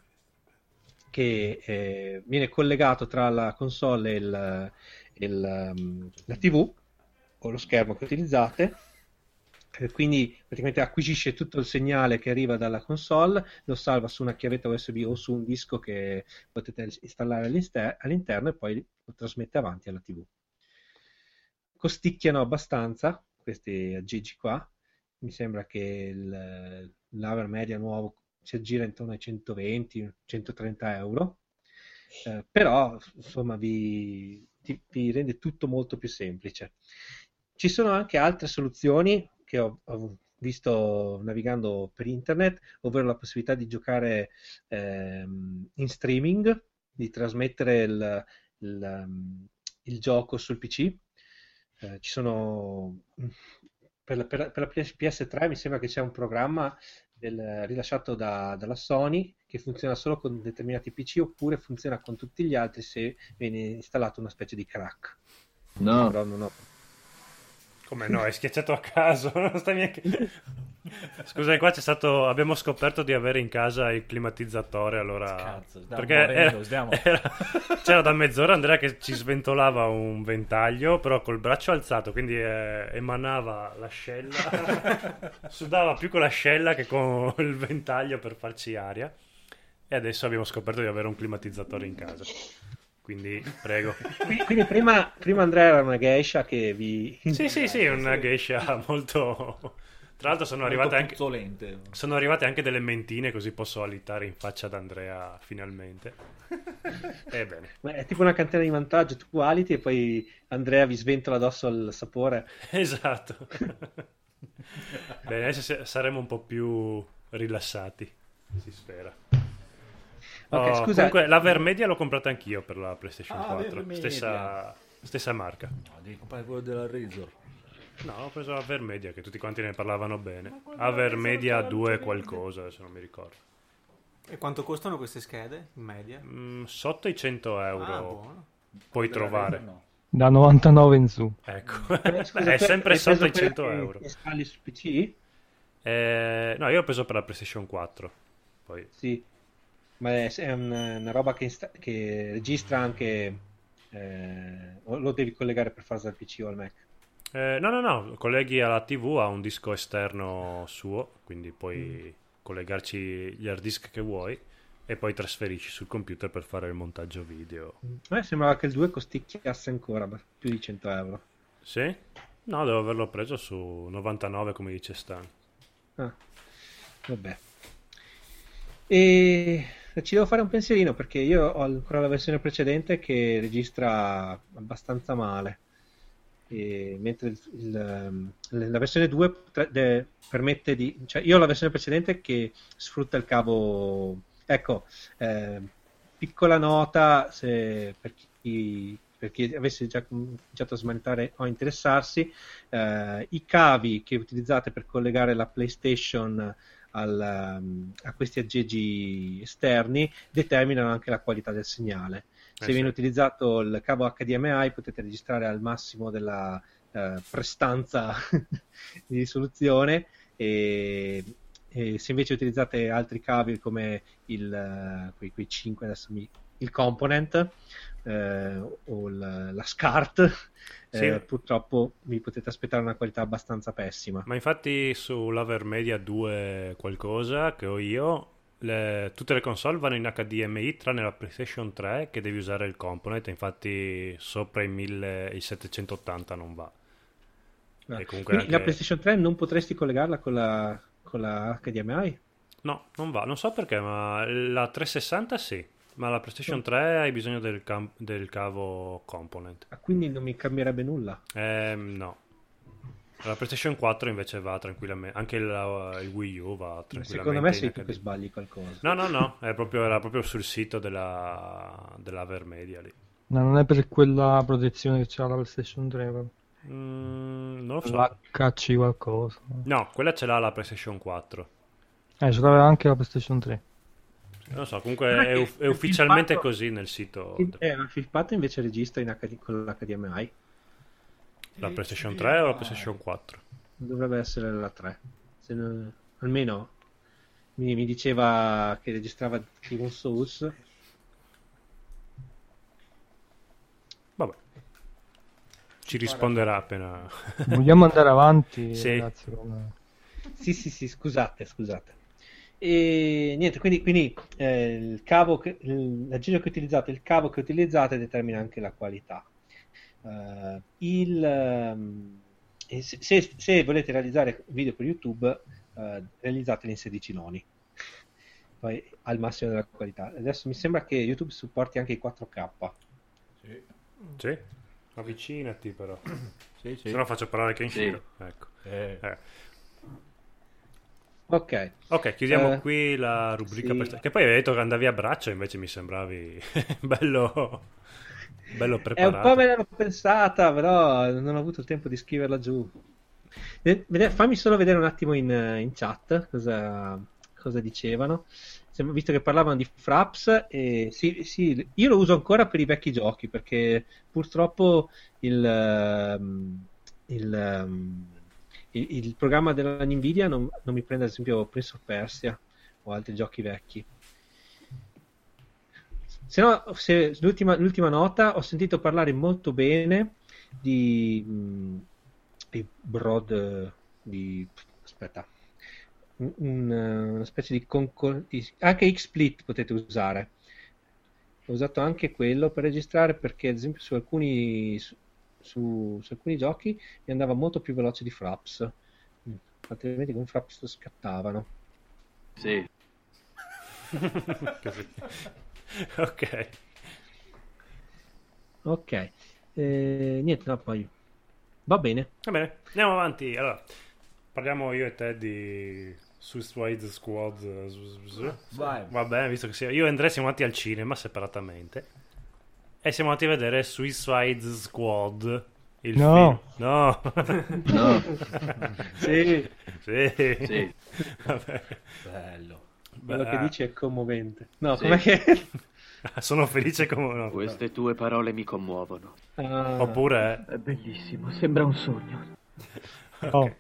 che viene collegato tra la console e la TV o lo schermo che utilizzate, quindi praticamente acquisisce tutto il segnale che arriva dalla console, lo salva su una chiavetta USB o su un disco che potete installare all'interno e poi lo trasmette avanti alla TV. Costicchiano abbastanza questi aggeggi qua, mi sembra che l'Avermedia nuovo si aggira intorno ai 120-130 euro, però insomma vi rende tutto molto più semplice. Ci sono anche altre soluzioni che ho visto navigando per internet, ovvero la possibilità di giocare in streaming, di trasmettere il gioco sul PC. Ci sono per la PS3 mi sembra che c'è un programma rilasciato dalla Sony che funziona solo con determinati PC, oppure funziona con tutti gli altri se viene installato una specie di crack. No. Però non ho... Come no, hai schiacciato a caso, non stai neanche... Scusa, qua abbiamo scoperto di avere in casa il climatizzatore, allora... Cazzo, perché c'era da mezz'ora Andrea che ci sventolava un ventaglio, però col braccio alzato, quindi emanava l'ascella, sudava più con l'ascella che con il ventaglio per farci aria, e adesso abbiamo scoperto di avere un climatizzatore in casa. Quindi, prego. Quindi prima Andrea era una geisha che vi... Sì, una geisha molto... Tra l'altro sono arrivate anche delle mentine, così posso alitare in faccia ad Andrea finalmente. Ebbene. Ma è tipo una catena di vantaggio, tu aliti e poi Andrea vi sventola addosso il sapore. Esatto. Bene, adesso saremo un po' più rilassati, si spera. Okay, scusa. Comunque l'Avermedia l'ho comprata anch'io per la PlayStation 4, stessa marca. No, devi comprare quello della Razor. No, ho preso l'Avermedia, che tutti quanti ne parlavano bene. Avermedia 2 qualcosa, adesso non mi ricordo. E quanto costano queste schede in media? Sotto i 100 euro buono. puoi trovare. No. Da 99 in su. Ecco, è sempre sotto i 100 euro. Installi su PC? No, io ho preso per la PlayStation 4. Poi... Sì, ma è una roba che registra anche... o lo devi collegare per farlo dal PC o al Mac? No, colleghi alla TV a un disco esterno suo, quindi puoi collegarci gli hard disk che vuoi e poi trasferisci sul computer per fare il montaggio video. A me sembrava che il 2 costicchiasse ancora più di 100 euro. Sì? No, devo averlo preso su 99 come dice Stan. Vabbè. E ci devo fare un pensierino perché io ho ancora la versione precedente che registra abbastanza male. Mentre la versione 2 permette di... Cioè io ho la versione precedente che sfrutta il cavo... Ecco, piccola nota per chi avesse già cominciato a smanettare o a interessarsi, i cavi che utilizzate per collegare la PlayStation a questi aggeggi esterni determinano anche la qualità del segnale. Se viene utilizzato il cavo HDMI potete registrare al massimo della prestanza di risoluzione e se invece utilizzate altri cavi come quei 5 adesso il component o la SCART, purtroppo vi potete aspettare una qualità abbastanza pessima. Ma infatti sull'Avermedia 2 qualcosa che ho io, tutte le console vanno in HDMI tranne la PlayStation 3 che devi usare il component, infatti sopra i 1780 non va. E comunque Quindi la PlayStation 3 non potresti collegarla con la HDMI? No, non va, non so perché, ma la 360 sì, ma la PlayStation 3 hai bisogno del cavo component. Quindi non mi cambierebbe nulla? No. La PlayStation 4 invece va tranquillamente, anche il Wii U va tranquillamente. Secondo me sei tu che sbagli qualcosa. No, era proprio sul sito dell'Avermedia lì. No, non è per quella protezione che c'ha la PlayStation 3, però. Non lo so. La cacci qualcosa. No, quella ce l'ha la PlayStation 4. Ce l'aveva anche la PlayStation 3. Non so, comunque è ufficialmente così nel sito. Il filmato invece registra con l'HDMI. La PlayStation 3 o la PlayStation 4? Dovrebbe essere la 3. Almeno mi diceva che registrava Demon Souls. Vabbè. Ci risponderà appena. Vogliamo andare avanti? Sì. Ragazzi, Sì, scusate. E niente, quindi il cavo l'aggeggio che utilizzate, il cavo che utilizzate determina anche la qualità. Se volete realizzare video per YouTube, realizzateli in 16 noni, poi al massimo della qualità. Adesso mi sembra che YouTube supporti anche i 4K. Sì. Avvicinati però. Sì. Se no faccio parlare che in giro. Ecco. Ok, chiudiamo qui la rubrica che poi avevi detto che andavi a braccio, invece mi sembravi bello preparato. Un po' me l'ero pensata, però non ho avuto il tempo di scriverla giù. Fammi solo vedere un attimo in chat cosa dicevano. Visto che parlavano di Fraps, sì, io lo uso ancora per i vecchi giochi perché purtroppo il programma della Nvidia non mi prende ad esempio Prince of Persia o altri giochi vecchi. Se l'ultima nota, ho sentito parlare molto bene di aspetta, una specie di anche XSplit potete usare. Ho usato anche quello per registrare perché ad esempio su alcuni giochi mi andava molto più veloce di Fraps, altrimenti con Fraps scattavano. Sì. Ok. Niente, no, poi va bene, andiamo avanti. Allora, parliamo io e te di Suicide Squad. Vai. Va bene, visto che io e Andrea siamo andati al cinema separatamente e siamo andati a vedere Suicide Squad, il film. No. Sì. Vabbè. Bello. Quello che dici è commovente. No, Sì. com'è che... Sono felice come no. Queste tue parole mi commuovono. Oppure È bellissimo, sembra un sogno. Okay.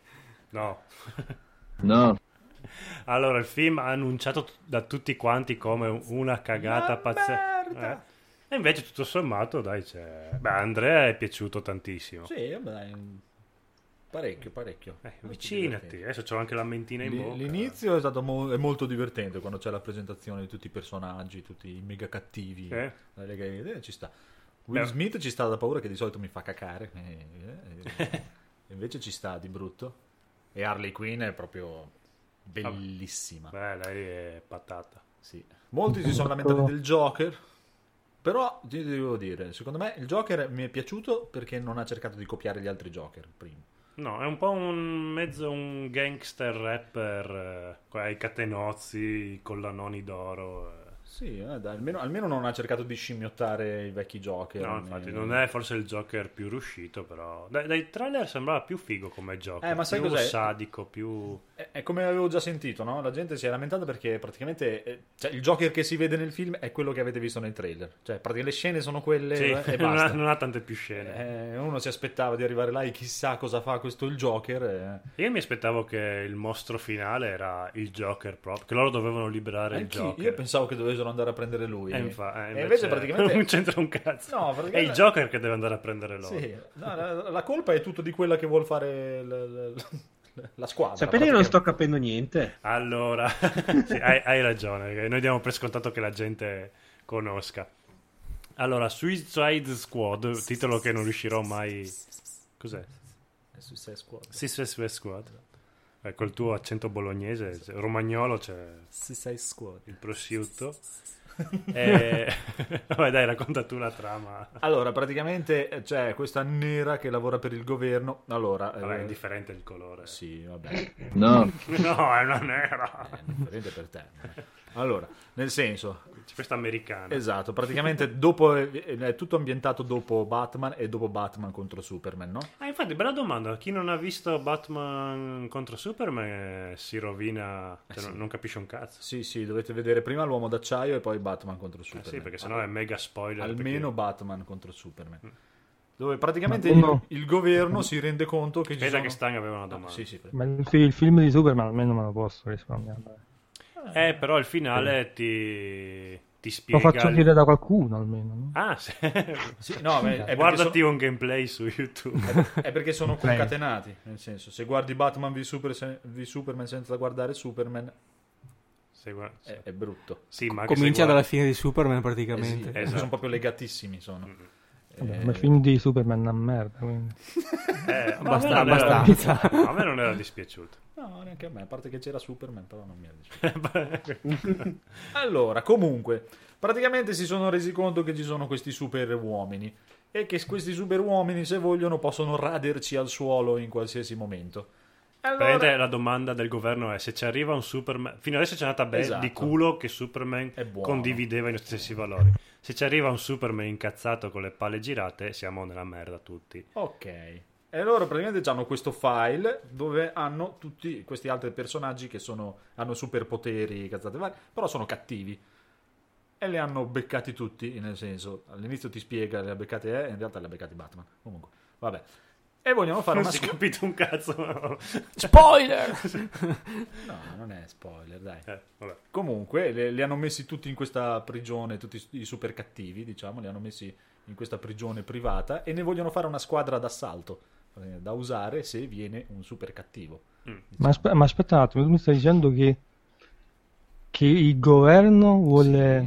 No. Allora, il film annunciato da tutti quanti come una cagata pazzesca. E invece tutto sommato, dai, Beh, a Andrea è piaciuto tantissimo. Sì, vabbè, parecchio. Avvicinati, adesso c'ho anche la mentina in bocca. L'inizio è stato è molto divertente quando c'è la presentazione di tutti i personaggi, tutti i mega cattivi. Ci sta. Will Smith ci sta da paura che di solito mi fa cacare. Invece ci sta di brutto. E Harley Quinn è proprio bellissima. Beh, lei è patata. Sì, Molti si sono lamentati del Joker, però ti devo dire, secondo me il Joker mi è piaciuto perché non ha cercato di copiare gli altri Joker prima. No, è un po' un gangster rapper con i catenozzi, i collanoni d'oro. Sì, dai, almeno non ha cercato di scimmiottare i vecchi Joker. No, infatti non è forse il Joker più riuscito, però dai trailer sembrava più figo come Joker, ma sai più cos'è? sadico, più... È come avevo già sentito, no? La gente si è lamentata perché praticamente cioè, il Joker che si vede nel film è quello che avete visto nel trailer. Cioè, praticamente le scene sono quelle Sì, e basta. non ha tante più scene. Uno si aspettava di arrivare là e chissà cosa fa questo il Joker. Io mi aspettavo che il mostro finale era il Joker proprio, che loro dovevano liberare il Joker. Io pensavo che dovessero andare a prendere lui. E invece praticamente non c'entra un cazzo. No, è il Joker che deve andare a prendere loro. Sì. No, la colpa è tutta di quella che vuol fare la squadra. Sapete che non sto capendo niente? Allora, sì, hai ragione. Noi diamo per scontato che la gente conosca. Allora, Suicide Squad, titolo che non riuscirò mai... Cos'è? Suicide Squad. Suicide Squad. Col tuo accento bolognese, romagnolo c'è Suicide Squad. Il prosciutto. Vabbè, dai, racconta tu la trama. Allora, praticamente c'è questa nera che lavora per il governo. Allora, vabbè, è indifferente il colore. Sì, vabbè. No, è una nera. È indifferente per te. Allora, nel senso, c'è questa americana. Esatto, praticamente dopo è tutto ambientato dopo Batman e dopo Batman contro Superman, no? Infatti, bella domanda. Chi non ha visto Batman contro Superman si rovina, cioè sì. Non capisce un cazzo. Sì, dovete vedere prima l'Uomo d'Acciaio e poi Batman contro Superman. Sì, perché sennò è mega spoiler. Almeno perché... Batman contro Superman. Dove praticamente il governo si rende conto che Aspetta ci sono... che Stang aveva una domanda. Sì. Ma il film di Superman almeno me lo posso risparmiare. Però il finale ti Lo spiega... faccio dire da qualcuno almeno, no? Ah, sì. Sì, no, guardati un gameplay su YouTube. È perché sono concatenati, nel senso, se guardi Batman v Superman senza guardare Superman è brutto. Sì, ma comincia dalla fine di Superman praticamente. Sì, esatto. Sono proprio legatissimi, sono. Vabbè, ma il film di Superman è una merda, quindi. Abbastanza. A me non era dispiaciuto. No, neanche a me, a parte che c'era Superman, però non mi era dispiaciuto. Allora, comunque, praticamente si sono resi conto che ci sono questi super uomini e che questi super uomini, se vogliono, possono raderci al suolo in qualsiasi momento. Allora... La domanda del governo è se ci arriva un Superman... Fino adesso c'è andata bene, di culo che Superman condivideva i nostri stessi valori. Se ci arriva un Superman incazzato con le palle girate, siamo nella merda tutti. Ok. E loro praticamente hanno questo file dove hanno tutti questi altri personaggi che hanno superpoteri, cazzate varie, però sono cattivi. E li hanno beccati tutti, nel senso, all'inizio ti spiega le ha beccate in realtà le ha beccati Batman. Comunque, vabbè. E vogliono fare non si è capito un cazzo. Spoiler! No, non è spoiler, dai. Vabbè. Comunque, li hanno messi tutti in questa prigione, tutti i super cattivi, diciamo, li hanno messi in questa prigione privata e ne vogliono fare una squadra d'assalto da usare se viene un super cattivo. Diciamo. Ma aspetta un attimo, tu mi stai dicendo che il governo vuole...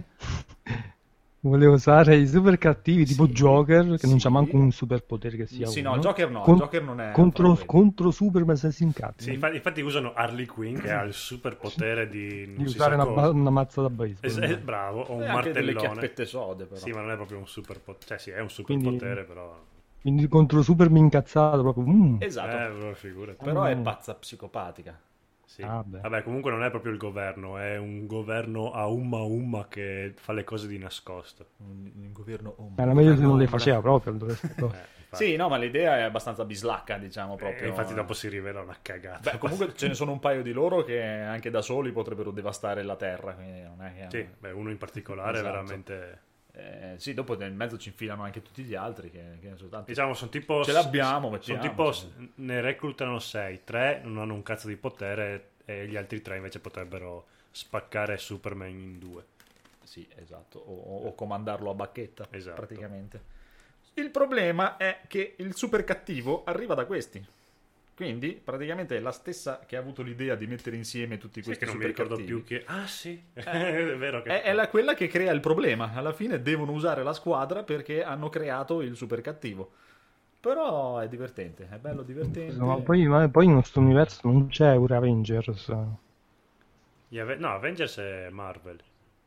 Vuole usare i super cattivi tipo Joker, che non c'ha manco un superpotere che sia Sì, uno. no, Joker no, Joker non è... Contro Superman senza incazzi. Sì, infatti usano Harley Quinn che ha il superpotere di usare una mazza da baseball. Bravo, o un anche martellone. delle chiappette sode, però. Sì, ma non è proprio un superpotere. Cioè sì, è un superpotere, però... Quindi contro Superman incazzato proprio... Esatto. Figurati. Però è pazza psicopatica. Sì. Vabbè, comunque non è proprio il governo, è un governo a umma che fa le cose di nascosto. Un governo umma. Era meglio se non le faceva proprio. Sì, no, ma l'idea è abbastanza bislacca, diciamo proprio. Infatti dopo si rivela una cagata. Beh, comunque ce ne sono un paio di loro che anche da soli potrebbero devastare la terra. Quindi non è che... Sì, uno in particolare veramente... sì, dopo nel mezzo ci infilano anche tutti gli altri che sono tanti. Diciamo, sono tipo... Ce l'abbiamo, mettiamo. Ne reclutano 6, 3 non hanno un cazzo di potere e gli altri 3 invece potrebbero spaccare Superman in 2. Sì, esatto, o comandarlo a bacchetta, esatto. Praticamente. Il problema è che il super cattivo arriva da questi. Quindi, praticamente è la stessa che ha avuto l'idea di mettere insieme tutti questi che non super mi ricordo cattivi. più che... Ah, sì, è vero che... È quella che crea il problema. Alla fine devono usare la squadra perché hanno creato il super cattivo. Però è divertente, è bello divertente. Ma poi in questo universo non c'è un Avengers. No, Avengers è Marvel.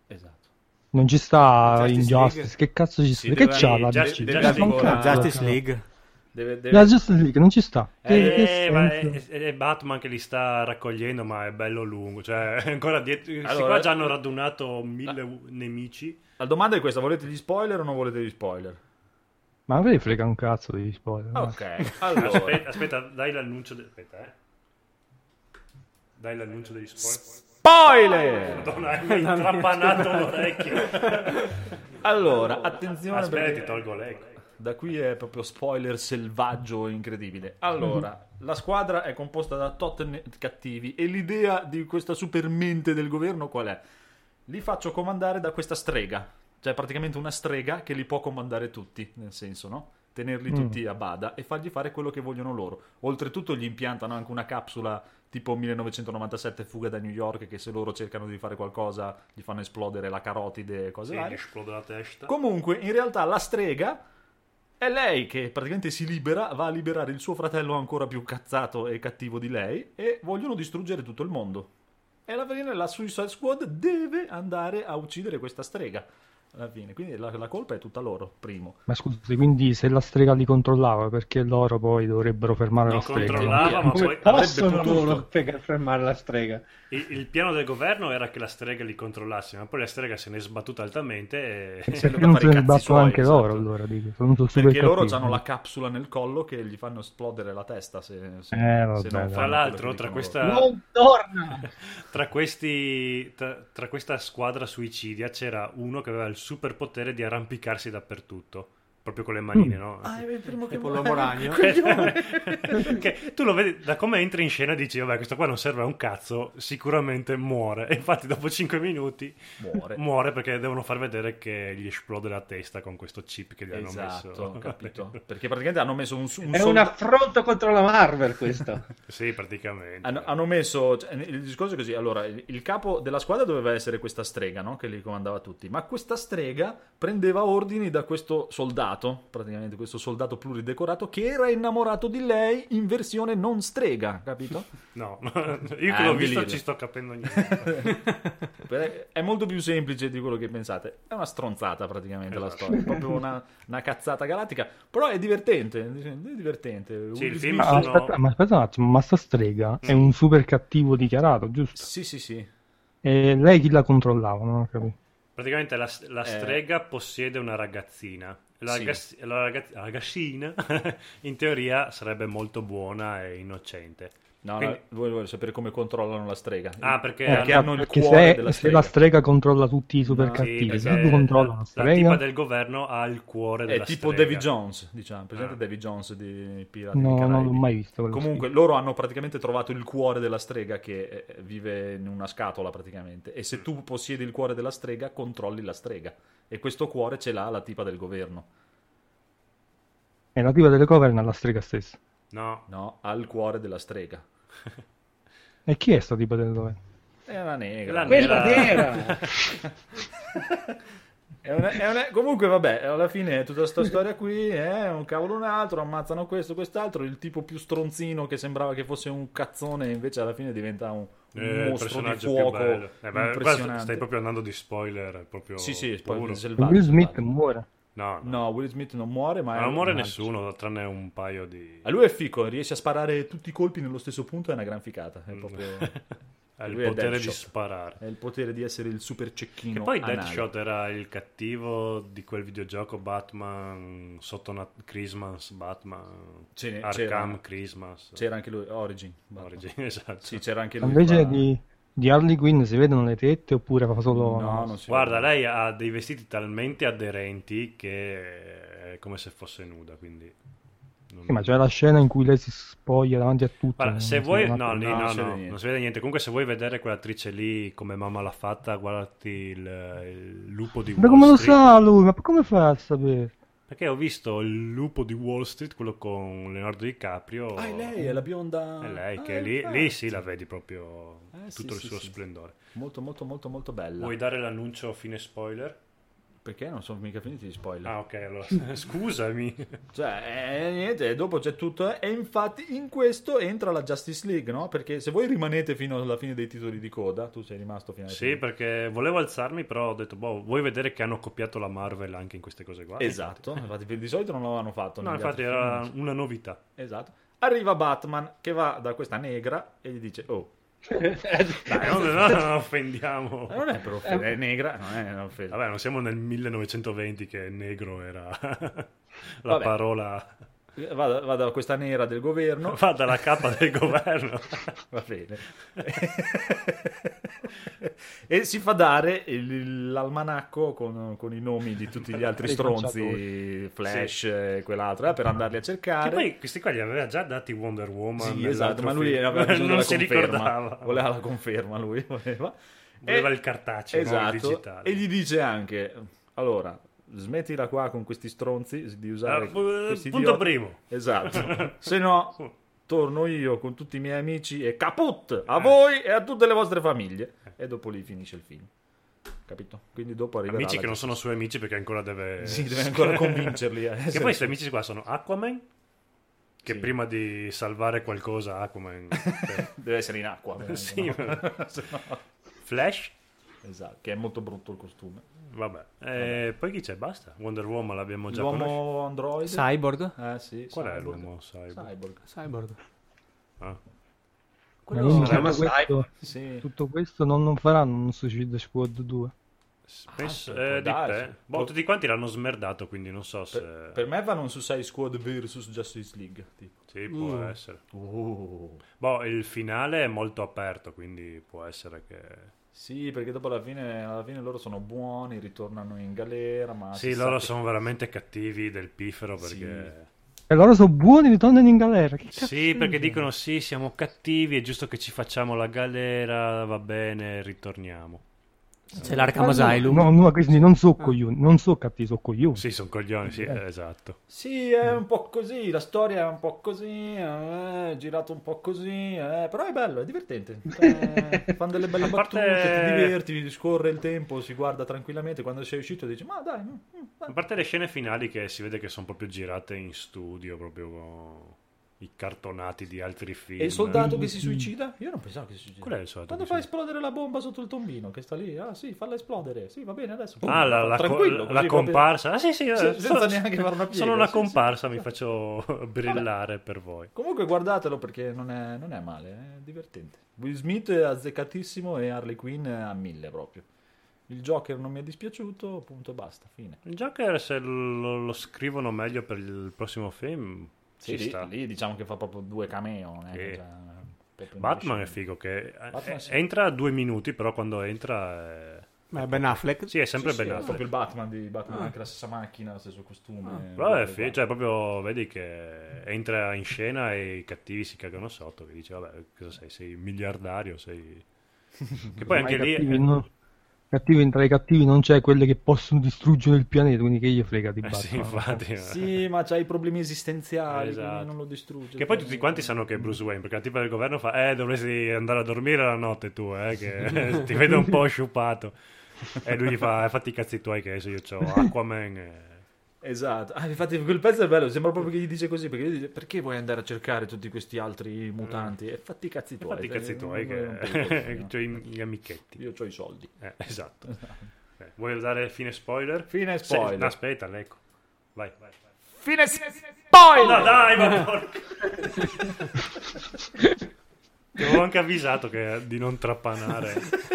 Esatto. Non ci sta Justice Injustice, League? che cazzo ci sta? Sì, che deve- c'ha la Justice- DC? deve Non ancora- cazzo, Justice cazzo. League. La Justice League non ci sta. Che Ma senso? è Batman che li sta raccogliendo, ma è bello lungo. Cioè, ancora dietro. Questi Allora- qua già hanno radunato 1000 nemici. La domanda è questa: volete gli spoiler o non volete gli spoiler? Ma a me ne frega un cazzo degli spoiler. Ok, allora. Aspetta, dai l'annuncio. Aspetta, Dai l'annuncio degli spoiler. Spoiler! Madonna, mi hai trapanato l'orecchio. Allora, attenzione Aspetta, perché ti tolgo l'eco. da qui è proprio spoiler selvaggio incredibile. Allora, la squadra è composta da tot cattivi e l'idea di questa supermente del governo qual è? Li faccio comandare da questa strega, cioè praticamente una strega che li può comandare tutti, nel senso, no? Tenerli tutti a bada e fargli fare quello che vogliono loro. Oltretutto gli impiantano anche una capsula tipo 1997 fuga da New York, che se loro cercano di fare qualcosa gli fanno esplodere la carotide e cose Sì, gli varie. esplode la testa. Comunque, in realtà la strega è lei che praticamente si libera, va a liberare il suo fratello ancora più cazzato e cattivo di lei e vogliono distruggere tutto il mondo. E alla fine la Suicide Squad deve andare a uccidere questa strega. Alla fine, quindi la colpa è tutta loro, primo. Ma scusate, quindi se la strega li controllava, perché loro poi dovrebbero fermare la strega? controllava, ma Come poi possono loro fermare la strega? il piano del governo era che la strega li controllasse, ma poi la strega se ne è sbattuta altamente e Perché non se ne battono anche esatto. loro allora, dico. Sono super Perché loro cattivi. hanno la capsula nel collo che gli fanno esplodere la testa se vabbè, se non Tra fanno l'altro, quello che tra dicono questa, loro. Non torna! tra questa squadra suicidia c'era uno che aveva il superpotere di arrampicarsi dappertutto, proprio con le manine, no? Ah, è il primo che Tipo l'uomo ragno. Che tu lo vedi da come entri in scena e dici vabbè, questo qua non serve a un cazzo, sicuramente muore. E infatti dopo 5 minuti muore perché devono far vedere che gli esplode la testa con questo chip che gli hanno Esatto, messo. capito. Perché praticamente hanno messo un È un affronto contro la Marvel questo. Sì, praticamente. hanno messo, cioè, il discorso è così. Allora, il capo della squadra doveva essere questa strega, no? Che li comandava tutti. Ma questa strega prendeva ordini da questo soldato, praticamente questo soldato pluridecorato, che era innamorato di lei in versione non strega, capito? No, io che l'ho visto Lire. ci sto capendo niente. È molto più semplice di quello che pensate. È una stronzata praticamente la storia, è proprio una cazzata galattica, però è divertente, è divertente. Sì, il Will film Smith- sono- Ma aspetta un attimo, ma sta strega è un super cattivo dichiarato, giusto? Sì, sì, sì. E lei chi la controllava? Non ho capito. Praticamente la strega possiede una ragazzina. La, Sì. la ragazzina in teoria sarebbe molto buona e innocente. No, Quindi- voi volete sapere come controllano la strega? Ah, perché hanno il perché cuore se, della se strega. la strega controlla tutti i super No, cattivi, sì, se tu controlla la la strega, tipa del governo ha il cuore È della tipo strega. Davy Jones, diciamo, presente Ah. Davy Jones di Pirati no, dei non Caraibi. l'ho mai visto. quello Comunque loro hanno praticamente trovato il cuore della strega che vive in una scatola praticamente, e se tu possiedi il cuore della strega controlli la strega, e questo cuore ce l'ha la tipa del governo. E la tipa del governo è la strega stessa. No, ha il cuore della strega. E chi è sta tipa del governo? È una negra. La Quella nera. nera! Comunque vabbè, alla fine tutta questa storia qui è un cavolo un altro, ammazzano questo, quest'altro, il tipo più stronzino che sembrava che fosse un cazzone invece alla fine diventa un il mostro di personaggio fuoco più bello. Qua impressionante. stai proprio andando di spoiler, proprio Sì, sì, puro. selvaggio, Will Smith selvaggio. muore. No, Will Smith non muore, ma Ma non muore un nessuno, tranne un paio di... A lui è fico, riesce a sparare tutti i colpi nello stesso punto, è una gran ficata. È proprio... Ha il lui è potere di Deadshot. sparare. È il potere di essere il super cecchino. Che poi anale. Deadshot era il cattivo di quel videogioco Batman sotto Christmas, Batman C'era- Arkham Christmas. C'era anche lui, Origin. Origin, esatto. Sì, c'era anche lui. Invece qua. di Harley Quinn si vedono le tette oppure fa solo... No, non si Guarda, vede. lei ha dei vestiti talmente aderenti che è come se fosse nuda, quindi... non- Sì, ma c'è la scena in cui lei si spoglia davanti a tutti. Guarda, non se si vuoi... vede No, un lì, attimo. No, no, non si no, vede niente. non si vede niente. Comunque se vuoi vedere quell'attrice lì come mamma l'ha fatta, guardati il lupo di Ma Wall come lo Street. sa lui? Ma come fa a sapere? Perché ho visto il lupo di Wall Street, quello con Leonardo DiCaprio. Ah, è lei, è la bionda. È lei, Ah, che lì, infatti. lì sì la vedi proprio Sì, tutto il sì, suo sì. splendore. Molto, molto, molto, molto bella. Vuoi dare l'annuncio fine spoiler? Perché non sono mica finiti gli spoiler. Ah, ok, allora scusami. Cioè, niente, dopo c'è tutto. E infatti in questo entra la Justice League, no? Perché se voi rimanete fino alla fine dei titoli di coda, tu sei rimasto fino alla Sì, fine. perché volevo alzarmi, però ho detto, boh, vuoi vedere che hanno copiato la Marvel anche in queste cose qua? Esatto, infatti di solito non l'avevano fatto. No, negli infatti altri era film. una novità. Esatto. Arriva Batman che va da questa negra e gli dice, oh, Dai, non offendiamo. non è per offendere, è negra, non è un'offesa. Vabbè, non siamo nel 1920 che negro era la Vabbè. parola. Va da questa nera del governo. Va dalla capa del governo. Va bene. E si fa dare l'almanacco con i nomi di tutti gli altri Dei stronzi, Flash e quell'altro, per andarli a Che cercare. poi questi qua li aveva già dati Wonder Woman. Sì, nell'altro esatto, ma lui film. aveva bisogno non della si conferma. ricordava. Voleva la conferma, lui voleva. Il cartaceo, non il Esatto. digitale. E gli dice anche, allora, smettila qua con questi stronzi di usare questi punto idioti. primo. Esatto. Se no, torno io con tutti i miei amici e caput a voi e a tutte le vostre famiglie. E dopo lì finisce il film. Capito? Quindi dopo arriverà Amici la che non gente. sono suoi amici perché ancora deve... Sì, deve ancora convincerli. Che poi questi amici qua sono Aquaman, che prima di salvare qualcosa Aquaman... deve essere in acqua. Sì, no? Se no- Flash, Esatto, che è molto brutto il costume. vabbè. Poi chi c'è? Basta. Wonder Woman l'abbiamo già conosciuto. L'uomo android. Cyborg? Sì. Qual è Cyborg. l'uomo cyborg? Cyborg. Ah. Ma quindi si chiama tutto questo, Sì. tutto questo non faranno un Suicide Squad 2. Spesso, può di darsi. te. Boh, tutti quanti l'hanno smerdato, quindi non so se... Per me vanno un Suicide Squad versus Justice League. Tipo. Sì, può essere. Oh. Boh, il finale è molto aperto, quindi può essere che... Sì, perché dopo alla fine loro sono buoni, ritornano in galera, ma Sì, si loro sa che- sono veramente cattivi del piffero perché... E loro sono buoni, ritornano in galera. Che cazzo Sì, perché è? dicono sì, siamo cattivi, è giusto che ci facciamo la galera, va bene, ritorniamo. C'è l'Arkham Asylum. No, questi non so coglioni, non so cattivi, so coglioni. Sì, sono coglioni, sì, esatto. Sì, è un po' così, la storia è un po' così, è girato un po' così, però è bello, è divertente. Cioè, fanno delle belle A parte- battute, ti diverti, scorre il tempo, si guarda tranquillamente, quando sei uscito dici, ma dai, A parte le scene finali che si vede che sono proprio girate in studio, proprio con i cartonati di altri film. E il soldato che si suicida? Io non pensavo che si suicida. Qual è il soldato Quando che fa si- esplodere la bomba sotto il tombino che sta lì, ah sì, falla esplodere, sì, va bene adesso. Ah, la Tranquillo, così, comparsa. Ah, sì, senza neanche fare una piega. Sono una sì, comparsa, sì. mi faccio brillare per voi. Comunque guardatelo perché non è male, è divertente. Will Smith è azzeccatissimo e Harley Quinn a 1000 proprio. Il Joker non mi è dispiaciuto, punto e basta, fine. Il Joker, se lo scrivono meglio per il prossimo film, Sì, ci sta. lì diciamo che fa proprio 2 cameo. Non è che Sì. già- proprio Batman è non figo che Batman sì. entra 2 minuti, però quando entra Beh, Ben Affleck. sì, è sempre Sì, Ben sì, è Affleck. proprio il Batman di Batman, anche la stessa macchina, lo stesso costume. Però è uguale. cioè proprio vedi che entra in scena e i cattivi si cagano sotto, che dice vabbè, cosa sei? Sei miliardario, sei... Che poi anche Ma i lì... cattivi, cattivi tra i cattivi non c'è quelle che possono distruggere il pianeta, quindi che gli frega di Batman. sì, infatti. Sì, ma c'hai i problemi esistenziali, Esatto. quindi non lo distrugge. Che poi tutti quanti sanno che è Bruce Wayne, perché la tipa del governo fa dovresti andare a dormire la notte tu, che ti vedo un po' sciupato. E lui gli fa, fatti i cazzi tuoi che adesso io c'ho Aquaman e... Esatto, infatti quel pezzo è bello, sembra proprio che gli dice così, perché gli dice, perché vuoi andare a cercare tutti questi altri mutanti? E fatti i cazzi tuoi. Fatti i cazzi tuoi, non rompere i che coglioni, no? c'ho gli amichetti. Io ho i soldi. Esatto. Vuoi dare fine spoiler? Fine spoiler. No, aspetta, ecco. Vai. Fine spoiler! No, dai, ma porca. Ti avevo anche avvisato di non trappanare.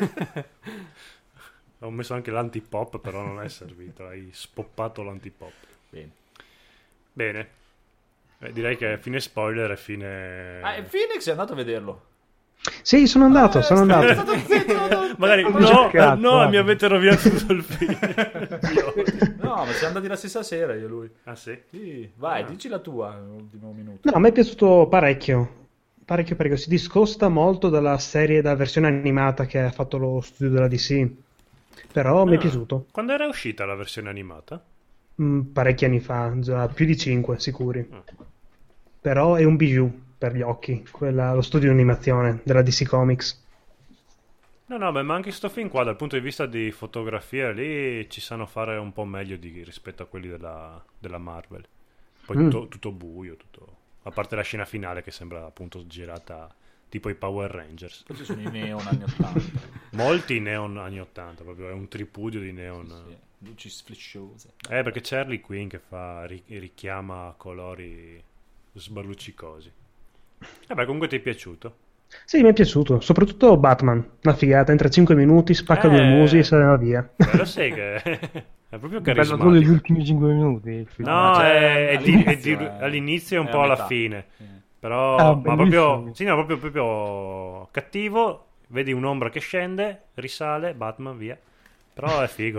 Ho messo anche l'antipop, però non è servito. Hai spoppato l'antipop. Bene. Direi che fine spoiler e fine... Phoenix è andato a vederlo. Sì, sono andato. Magari no, mi avete rovinato tutto il film. No, ma siamo andati la stessa sera io e lui. Ah sì? Sì, vai, dici la tua, l'ultimo minuto. No, a me è piaciuto parecchio. Parecchio. Si discosta molto dalla serie, dalla versione animata che ha fatto lo studio della DC. Però mi è piaciuto. Quando era uscita la versione animata? Parecchi anni fa, già più di 5 sicuri. Però è un bijou per gli occhi, lo studio di animazione della DC Comics. No, beh, ma anche sto film qua, dal punto di vista di fotografia, lì ci sanno fare un po' meglio rispetto a quelli della Marvel. Poi tutto buio, a parte la scena finale che sembra appunto girata tipo i Power Rangers. Poi ci sono i neon anni 80. Molti neon anni 80, proprio è un tripudio di neon. Sì, luci sflisciose. Perché c'è Harley Quinn che richiama colori sballuccicosi. Beh, comunque ti è piaciuto? Sì, mi è piaciuto, soprattutto Batman, una figata, entra 5 minuti, spacca 2 musi e se ne va via. Lo sai che è proprio Bello solo carismatico. gli ultimi 5 minuti. Il film. No, è all'inizio, all'inizio e un è po' a alla metà. fine. Sì. Però, ma proprio, bellissimo. sì, no, proprio cattivo. Vedi un'ombra che scende, risale, Batman, via. Però è figo.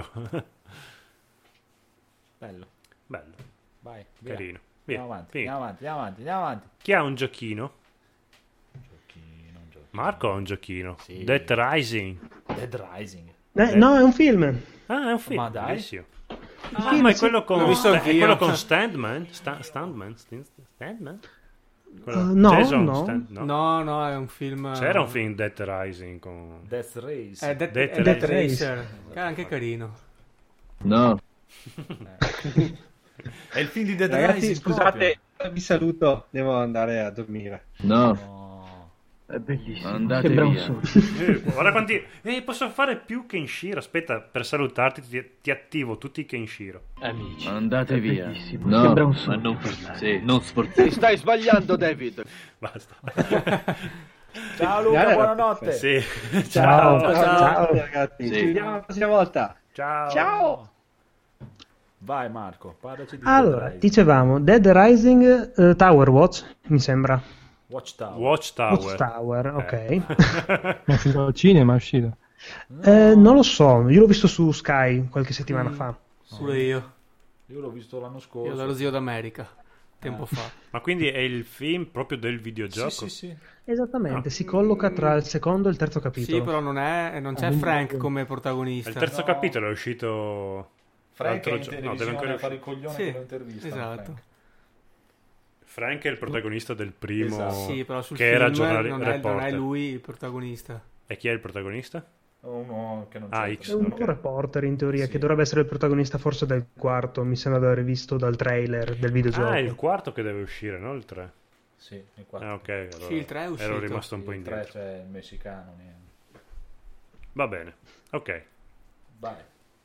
Bello. Bello, Vai, via. carino. Via, Andiamo avanti, figo. andiamo avanti. Chi ha un giochino? Giochino. Marco ha un giochino. Sì. Dead Rising. Dead Rising. No, è un film. Ah, è un film. Ma dai. Bellissimo. Ah, film, ma è sì. quello con, L'ho visto è anch'io. quello con Standman? Standman? Quello- No, Jason no. No, è un film... C'era un film Dead Rising con... Death Race. È Death Death Racer. Che è anche carino. No. È il film di Dead Ragazzi, Rising. scusate, vi saluto, devo andare a dormire. No. No. È bellissimo. Andate Sembra un via. sogno. Guarda quanti... posso fare più Kenshiro. Aspetta, per salutarti ti attivo tutti i Kenshiro. Amici. Andate È via. bellissimo, No. sembra un Ma sogno. non parlare. Sì, non sforzare. Ti stai sbagliando, David. Basta. Ciao Luca, buonanotte. Sì. Ciao. Ciao ragazzi, Sì. ci vediamo la prossima volta. Ciao. Ciao. Vai Marco, parlaci di Allora, Dead Rising. dicevamo Dead Rising Tower Watch, mi sembra. Watchtower. Watchtower. Ok. È uscito al cinema, è uscito. Non lo so, io l'ho visto su Sky qualche settimana fa. Pure io. Io l'ho visto l'anno Io scorso. dallo Zio d'America. Tempo fa. Ma quindi è il film proprio del videogioco? Sì. Esattamente, si colloca tra il secondo e il terzo capitolo. Sì, però non c'è Frank come protagonista. Il terzo capitolo è uscito... Frank è in l'altro televisione deve ancora a fare il uscire. coglione Sì, con l'intervista. esatto. Frank è il protagonista del primo... Esatto. Sì, però sul che film era non è reporter. lui il protagonista. E chi è il protagonista? Uno che non Ah, c'entra. X. È un Ok. reporter in teoria Sì. che dovrebbe essere il protagonista forse del quarto, mi sembra di aver visto dal trailer del videogioco. Ah, è il quarto che deve uscire, non il 3. Sì, il 4. Ah, ok. Allora Sì, il 3 è uscito. ero rimasto un po' Il 3 indietro. c'è il messicano. Niente. Va bene. Ok. Vai,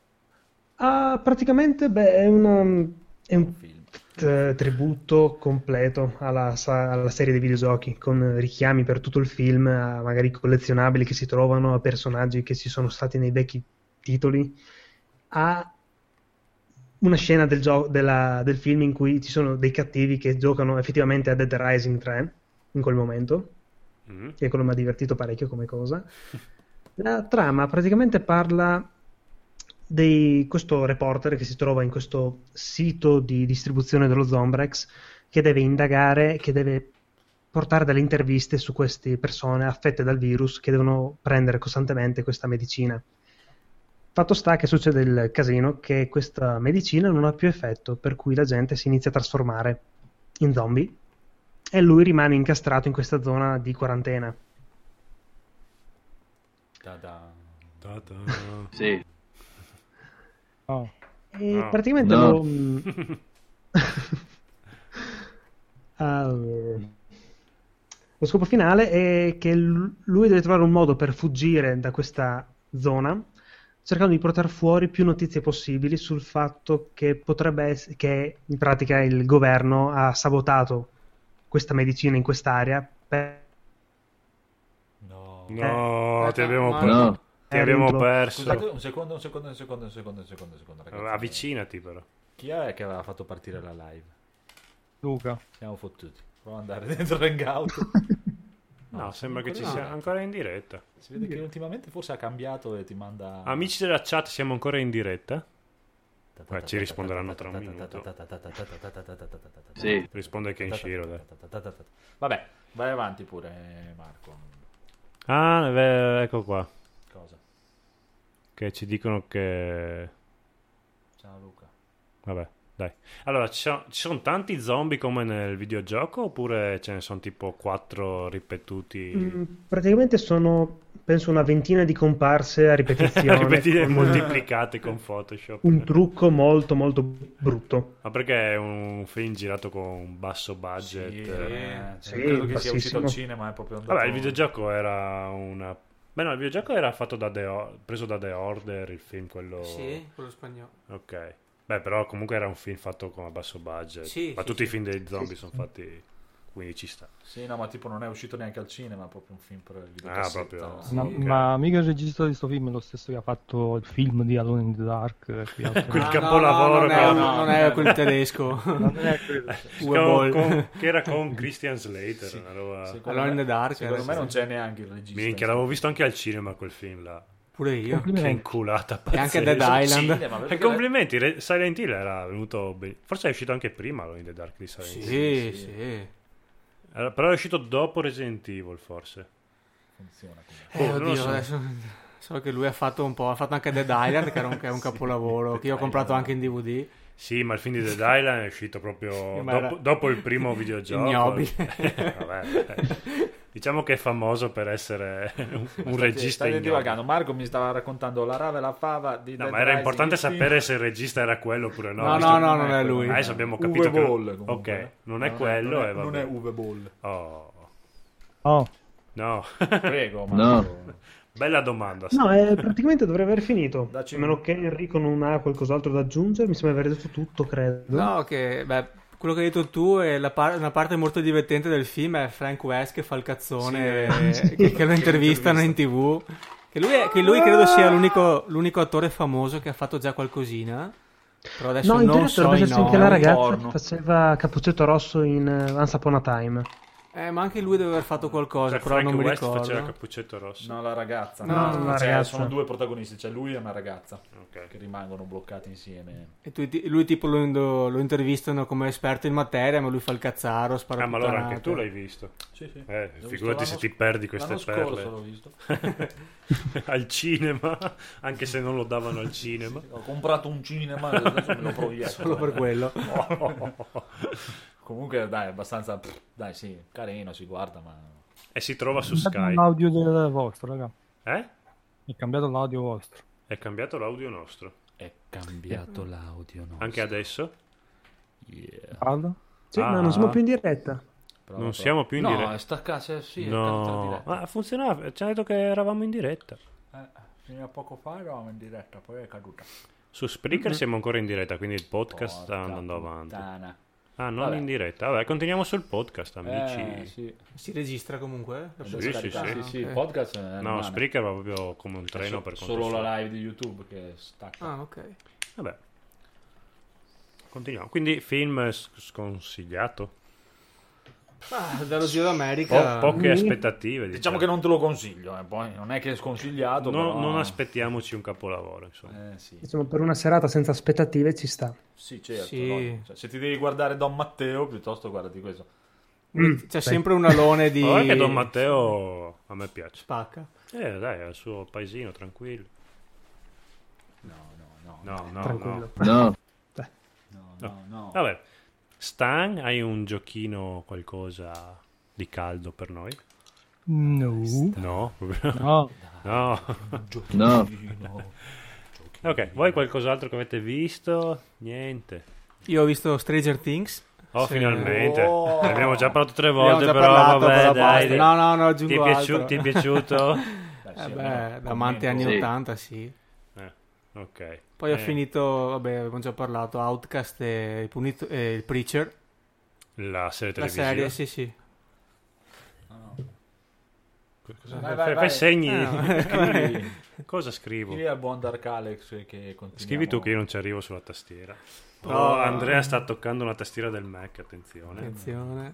Praticamente è un film. tributo completo alla serie dei videogiochi, con richiami per tutto il film, a magari collezionabili che si trovano, a personaggi che ci sono stati nei vecchi titoli, a una scena del film in cui ci sono dei cattivi che giocano effettivamente a Dead Rising 3 in quel momento, che quello mi ha divertito parecchio come cosa. La trama praticamente parla di questo reporter che si trova in questo sito di distribuzione dello Zombrex, che deve indagare, che deve portare delle interviste su queste persone affette dal virus che devono prendere costantemente questa medicina. Fatto sta che succede il casino che questa medicina non ha più effetto, per cui la gente si inizia a trasformare in zombie e lui rimane incastrato in questa zona di quarantena. Ta-da. Sì. Oh. E No. praticamente No. lo scopo finale è che lui deve trovare un modo per fuggire da questa zona, cercando di portare fuori più notizie possibili sul fatto che potrebbe essere che in pratica il governo ha sabotato questa medicina in quest'area No. No, ti abbiamo, ma- No. ti abbiamo Rintolo. perso. Scusate, un secondo, ragazzi. Avvicinati però. Chi è che aveva fatto partire la live? Luca. Siamo fottuti. Prova ad andare dentro Hangout. No, sembra che ci ancora sia ancora in diretta. Si vede che ultimamente forse ha cambiato e ti manda... Amici della chat, siamo ancora in diretta? Ci risponderanno tra un minuto. Sì. Risponde Kenshiro, dai. Vabbè, vai avanti pure, Marco. Ah, ecco qua. Cosa? Che ci dicono che... Ciao Luca. Vabbè, dai. Allora, ci sono tanti zombie come nel videogioco oppure ce ne sono tipo 4 ripetuti? praticamente sono penso una ventina di comparse a ripetizione. Ripetite con moltiplicate con Photoshop. un trucco molto molto brutto. Ma perché è un film girato con un basso budget? Sì, credo che sia uscito bassissimo. al cinema, è proprio andato... Vabbè, il videogioco era una... Beh no, il videogioco era fatto preso da The Order, il film quello... Sì, quello spagnolo. Ok. Beh, però comunque era un film fatto con a basso budget. Sì, ma sì, tutti sì. i film dei zombie sono fatti... Quindi ci sta. Sì, no, ma tipo non è uscito neanche al cinema, è proprio un film per il Ah, videocassetta. proprio... Sì. Ma mica il regista di sto film è lo stesso che ha fatto il film di Alone in the Dark. Quel capolavoro non è quel tedesco. Non è quello. Uwe Boll. che era con Christian Slater. Sì. Una roba... Alone in the Dark. Secondo me non c'è neanche il regista. Minchia, l'avevo visto anche al cinema quel film là. Pure io. Che inculata E anche pazzesca. Dead Island. Cinema, E complimenti, Silent Hill era venuto bene. Forse è uscito anche prima Alone in the Dark di Silent Hill. Sì. Però è uscito dopo Resident Evil, forse. Funziona come... non lo Oddio, so. adesso so che lui ha fatto un po', ha fatto anche Dead Island, che è un capolavoro, che io ho comprato anche in DVD. Sì, ma il film di Dead Island è uscito proprio ma era dopo il primo videogioco. ignobile. Vabbè. Diciamo che è famoso per essere un regista Stai ignobile. divagando. Marco mi stava raccontando la rave e la fava di No, Dead ma era Rising, importante il film. sapere se il regista era quello oppure no. No, non è lui. Adesso abbiamo Uwe capito che... Boll, comunque. Ok, non è quello e Non vabbè. è Uwe Boll. Oh, Oh, no. Prego, No. Marco. Bella domanda. No, praticamente dovrei aver finito. Dacci A meno che Enrico non ha qualcos'altro da aggiungere, mi sembra aver detto tutto, credo. No, quello che hai detto tu è una parte molto divertente del film è Frank West che fa il cazzone, che lo intervistano in TV. Che lui credo sia l'unico attore famoso che ha fatto già qualcosina. Però adesso No, in non teoria so dovrebbe i esserci anche nomi. la ragazza porno. che faceva Cappuccetto Rosso in Once Upon a Time. Ma anche lui deve aver fatto qualcosa, Cioè, però Frank non mi West ricordo. faceva Cappuccetto Rosso. No, la ragazza. No, la Cioè, ragazza. sono due protagonisti, c'è lui e una ragazza Ok. che rimangono bloccati insieme. E lui tipo lo intervistano come esperto in materia, ma lui fa il cazzaro, spara Ma allora puttanate. anche tu l'hai visto. Sì, sì. Figurati L'ho visto se l'anno ti perdi queste l'anno perle. scorso l'ho visto. Al cinema, anche se non lo davano al cinema. Ho comprato un cinema, adesso me lo proietto. Solo per quello. Comunque, dai, abbastanza... Dai, sì, carino, si guarda, ma... E si trova su cambiato Sky. l'audio del vostro, raga. Eh? È cambiato l'audio vostro. È cambiato l'audio nostro. È cambiato l'audio, no? Anche adesso? Yeah. Parla? Sì, Ah. ma non siamo più in diretta. Non siamo più in diretta. No, è staccato, sì, è caduta la No, diretta. ma funzionava. Ci ha detto che eravamo in diretta. Fino a poco fa eravamo in diretta, poi è caduta. Su Spreaker siamo ancora in diretta, quindi il podcast sta Porca andando avanti. puttana. Ah, non Vabbè. in diretta. Vabbè, continuiamo sul podcast, amici. Sì. Si registra comunque? È Sì, da sì, scaricare. sì. Sì, il ok. podcast No, rimane. Spreaker va proprio come un È treno per conto solo suo. la live di YouTube che stacca. Ah, ok. Vabbè. Continuiamo. Quindi film sconsigliato. Dallo Giro d'America. Poche aspettative. Diciamo che non te lo consiglio, poi non è che è sconsigliato, però... non aspettiamoci un capolavoro, insomma. Sì. Insomma, per una serata senza aspettative ci sta. Sì, certo. Sì. no? Cioè, se ti devi guardare Don Matteo, piuttosto guardati questo. C'è sempre un alone di... Ma guarda che Don Matteo a me piace. Spacca. Dai, è il suo paesino, tranquillo. No. Tranquillo. No. No. Vabbè. Stan, hai un giochino, qualcosa di caldo per noi? No. No? No. No. No. Ok, voi qualcos'altro che avete visto? Niente. Io ho visto Stranger Things. Oh, Sì. finalmente. Oh. Ne abbiamo già parlato 3 Abbiamo volte, già però parlato, vabbè, però dai. basta. No, aggiungo altro. Ti è piaciuto? Da amante anni Sì. 80, sì. Ok. Poi ho finito, vabbè, avevamo già parlato, Outcast e il Preacher. La serie La televisiva. serie, sì. Fai segni. Scrivi. Cosa scrivo? Scrivi al buon Dark Alex che continuiamo. Scrivi tu che io non ci arrivo sulla tastiera. Però- Andrea sta toccando una tastiera del Mac, attenzione. Attenzione.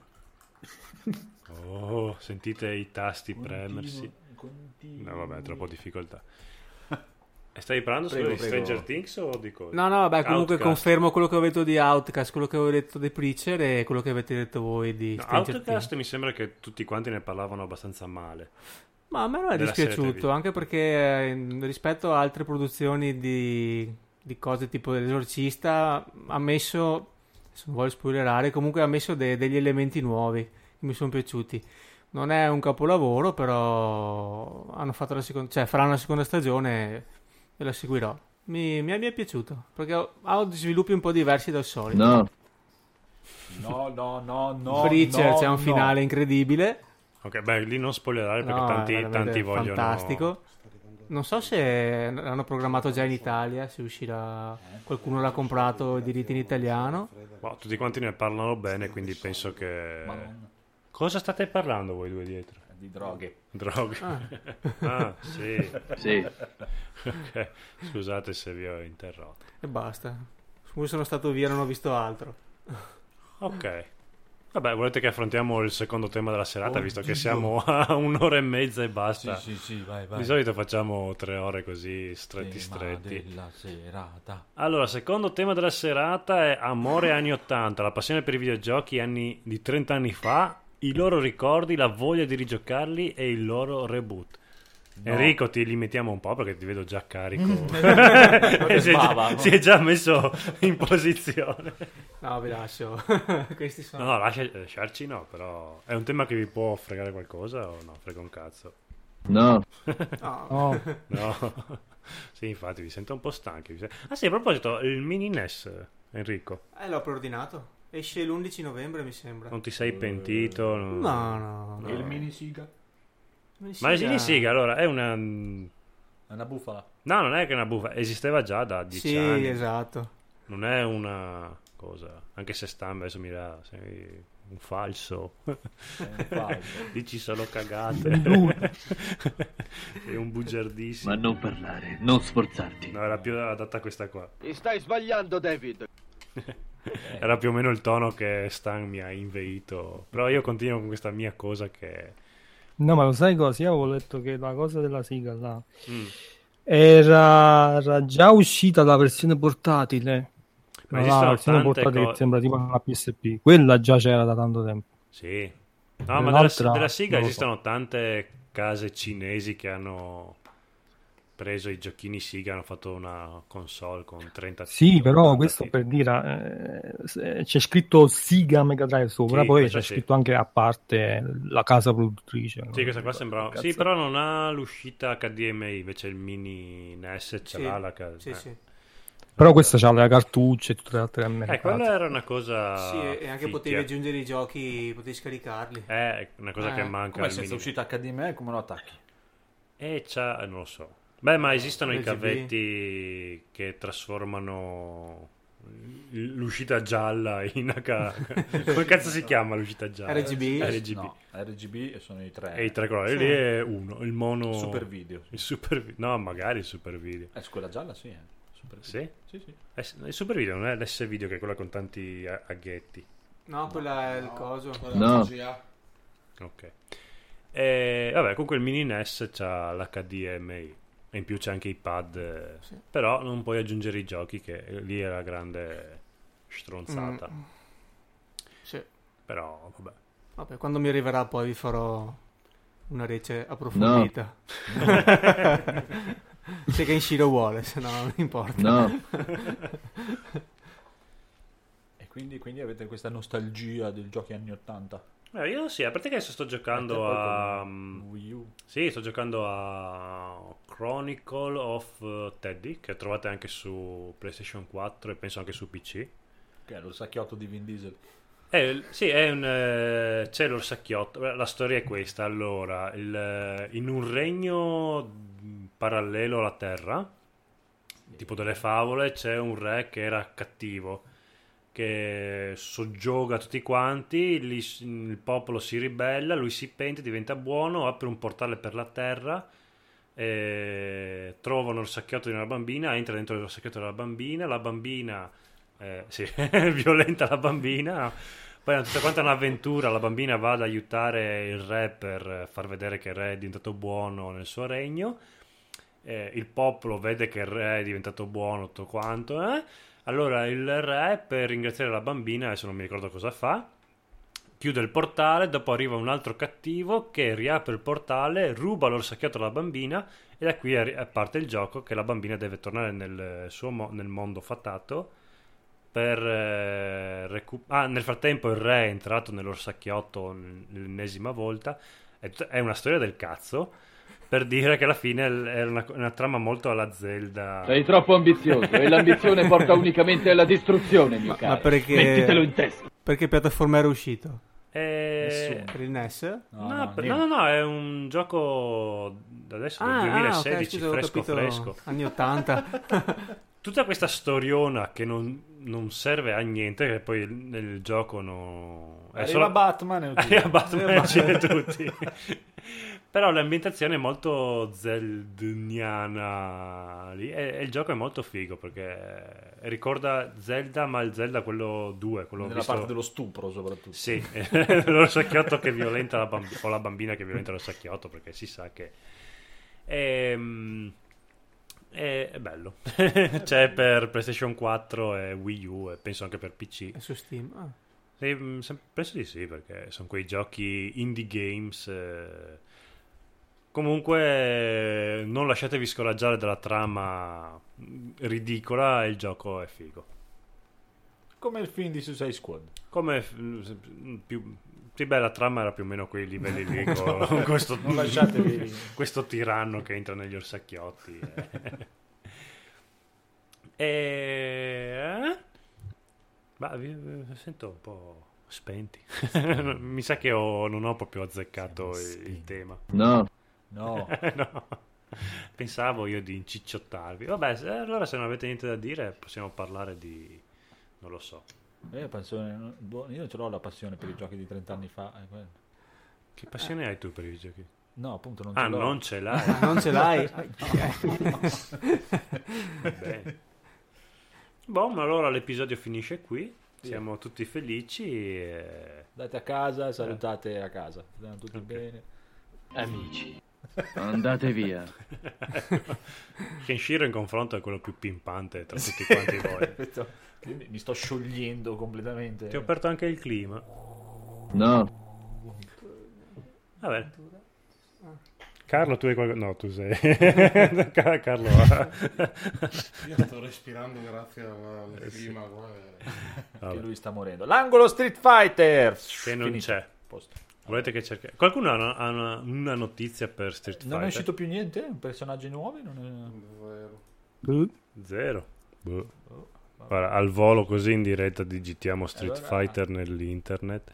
Oh, sentite i tasti premersi. No, vabbè, troppo difficoltà. E stai parlando solo di Stranger Things o di cosa? No, vabbè, comunque Outcast. confermo quello che ho detto di Outcast, quello che avevo detto di Preacher e quello che avete detto voi di No, Stranger Outcast Things. mi sembra che tutti quanti ne parlavano abbastanza male. Ma a me non è della serie dispiaciuto, televisiva. anche perché rispetto a altre produzioni di cose tipo dell'Esorcista ha messo, se non voglio spoilerare, comunque ha messo degli elementi nuovi che mi sono piaciuti. Non è un capolavoro, però hanno fatto la seconda, cioè faranno la seconda stagione e la seguirò. Mi è piaciuto, perché ha sviluppi un po' diversi dal solito. No. Preacher c'è un finale incredibile. Ok, beh, lì non spoilerare perché No, è tanti veramente vogliono... fantastico. Non so se l'hanno programmato già in Italia, se uscirà, qualcuno l'ha comprato i diritti in italiano. Boh, tutti quanti ne parlano bene, quindi penso che... Madonna. Cosa state parlando voi due dietro? Di droghe. Droghe. Ah, sì. Sì. Ok, scusate se vi ho interrotto. E basta. Come sono stato via non ho visto altro. Ok. Vabbè, volete che affrontiamo il secondo tema della serata, visto che siamo a 1 ora e mezza e basta? Sì, vai. Di solito facciamo 3 ore così, stretti. Della serata. Allora, secondo tema della serata è amore anni 80, la passione per i videogiochi di 30 anni fa, i loro ricordi, la voglia di rigiocarli e il loro reboot. No. Enrico, ti limitiamo un po' perché ti vedo già carico. si è già messo in posizione. No, vi lascio. Questi sono... No, lasciarci no, però è un tema che vi può fregare qualcosa o no? Frega un cazzo. No. No. Sì, infatti vi sento un po' stanchi. Ah sì, a proposito, il mini NES, Enrico. L'ho preordinato. Esce l'11 novembre, mi sembra. Non ti sei pentito? No. E il mini Siga? Ma il mini Siga, allora, è una... È una bufala. No, non è che è una bufala, esisteva già da 10 anni. Sì, esatto. Non è una cosa, anche se Stam adesso mi dirà, sei un falso. Dici solo cagate. È un bugiardissimo. Ma non parlare, non sforzarti. No, era più adatta a questa qua. Ti stai sbagliando, David. Era più o meno il tono che Stan mi ha inveito. Però io continuo con questa mia cosa che... No, ma lo sai cosa? Io avevo letto che la cosa della Siga là era già uscita la versione portatile. Ma la versione portatile che sembra tipo una PSP. Quella già c'era da tanto tempo. Sì. No, ma della Siga esistono tante case cinesi che hanno preso i giochini Siga, hanno fatto una console con 30 Sì, però questo per dire c'è scritto Siga Mega Drive sopra, sì, poi c'è scritto anche a parte la casa produttrice. Sì, questa qua sembrava... Sì, però non ha l'uscita HDMI, invece il mini NES ce l'ha la casa. Sì. Però questa c'ha le cartucce e tutte le altre mercate. Quella era una cosa... Sì, e anche potevi aggiungere i giochi, potevi scaricarli. È una cosa che manca. Come senza uscita HDMI, come lo attacchi? Non lo so. Beh, ma esistono i cavetti che trasformano l'uscita gialla in come cazzo si chiama l'uscita gialla? RGB? No, RGB sono i 3. E i 3 colori, lì è uno, il mono... Super video. No, magari il super video. Quella gialla sì, super video. Sì? Sì. Il super video non è l'S video che è quella con tanti aghetti. No, quella è il coso. No. Ok. Vabbè, comunque il mini NES c'ha l'HDMI. E in più c'è anche i pad, però non puoi aggiungere i giochi, che lì è la grande stronzata. Sì. Però vabbè, quando mi arriverà poi vi farò una rece approfondita. Se Kenshi lo vuole, se no non importa. No. E quindi avete questa nostalgia dei giochi anni 80? Io sì, a parte che adesso sto giocando a Wii U. Sì, sto giocando a Chronicle of Teddy, che trovate anche su PlayStation 4 e penso anche su PC. Che è l'orsacchiotto di Vin Diesel. Sì, c'è l'orsacchiotto. La storia è questa. Allora, in un regno parallelo alla Terra, tipo delle favole, c'è un re che era cattivo, che soggioga tutti quanti, il popolo si ribella, lui si pente, diventa buono, apre un portale per la terra, trova un orsacchiotto di una bambina, entra dentro l'orsacchiotto della bambina, la bambina violenta la bambina, poi è tutta quanta un'avventura, la bambina va ad aiutare il re per far vedere che il re è diventato buono nel suo regno, il popolo vede che il re è diventato buono, tutto quanto, Allora il re, per ringraziare la bambina, adesso non mi ricordo cosa fa, chiude il portale, dopo arriva un altro cattivo che riapre il portale, ruba l'orsacchiotto alla bambina e da qui parte il gioco che la bambina deve tornare nel mondo fatato nel frattempo il re è entrato nell'orsacchiotto l'ennesima volta. È una storia del cazzo, per dire che alla fine era una trama molto alla Zelda. Sei troppo ambizioso e l'ambizione porta unicamente alla distruzione, mio caro. Ma perché... Mettitelo in testa. Perché piattaforma era uscito? Nessuno. Per il NES? No, è un gioco adesso del 2016, okay, scusa, fresco. Anni 80. Tutta questa storiona che non serve a niente, che poi nel gioco Arriva Batman e uccide tutti. Però l'ambientazione è molto zeldiana lì, e il gioco è molto figo perché ricorda Zelda, ma il Zelda quello 2, quello nella parte dello stupro soprattutto. Sì, l'orsacchiotto che violenta o la bambina che violenta l'orsacchiotto, perché si sa che è bello. C'è per PlayStation 4 e Wii U e penso anche per PC. È su Steam? Sì, penso di sì, perché sono quei giochi indie games. Comunque non lasciatevi scoraggiare dalla trama ridicola, il gioco è figo. Come il film di Suicide Squad. Sì, beh, la trama era più o meno quei livelli lì con questo, non lasciatevi questo tiranno che entra negli orsacchiotti. Ma vi sento un po' spenti. Mi sa che non ho proprio azzeccato il tema. No. No. Pensavo io di incicciottarvi. Vabbè, allora se non avete niente da dire possiamo parlare di... non lo so. Io non ce l'ho la passione per i giochi di 30 anni fa. Che passione hai tu per i giochi? No, appunto non ce l'ho. Non ce l'hai? Non ce l'hai? Bene. Ma allora l'episodio finisce qui. Siamo tutti felici. Andate a casa e salutate a casa. Stanno tutti bene. Amici, andate via. Kenshiro in confronto è quello più pimpante tra tutti quanti voi. Mi sto sciogliendo completamente. Ti ho aperto anche il clima. No. Vabbè. Carlo, tu hai qualcosa? No, tu sei. Carlo. Io sto respirando grazie al clima. Che lui sta morendo. L'angolo Street Fighter. Che non c'è. Volete che cerchi? Qualcuno ha una notizia per Street Fighter? Non è uscito più niente? Personaggi nuovi? Zero. Guarda, al volo così in diretta digitiamo Street Fighter nell'internet.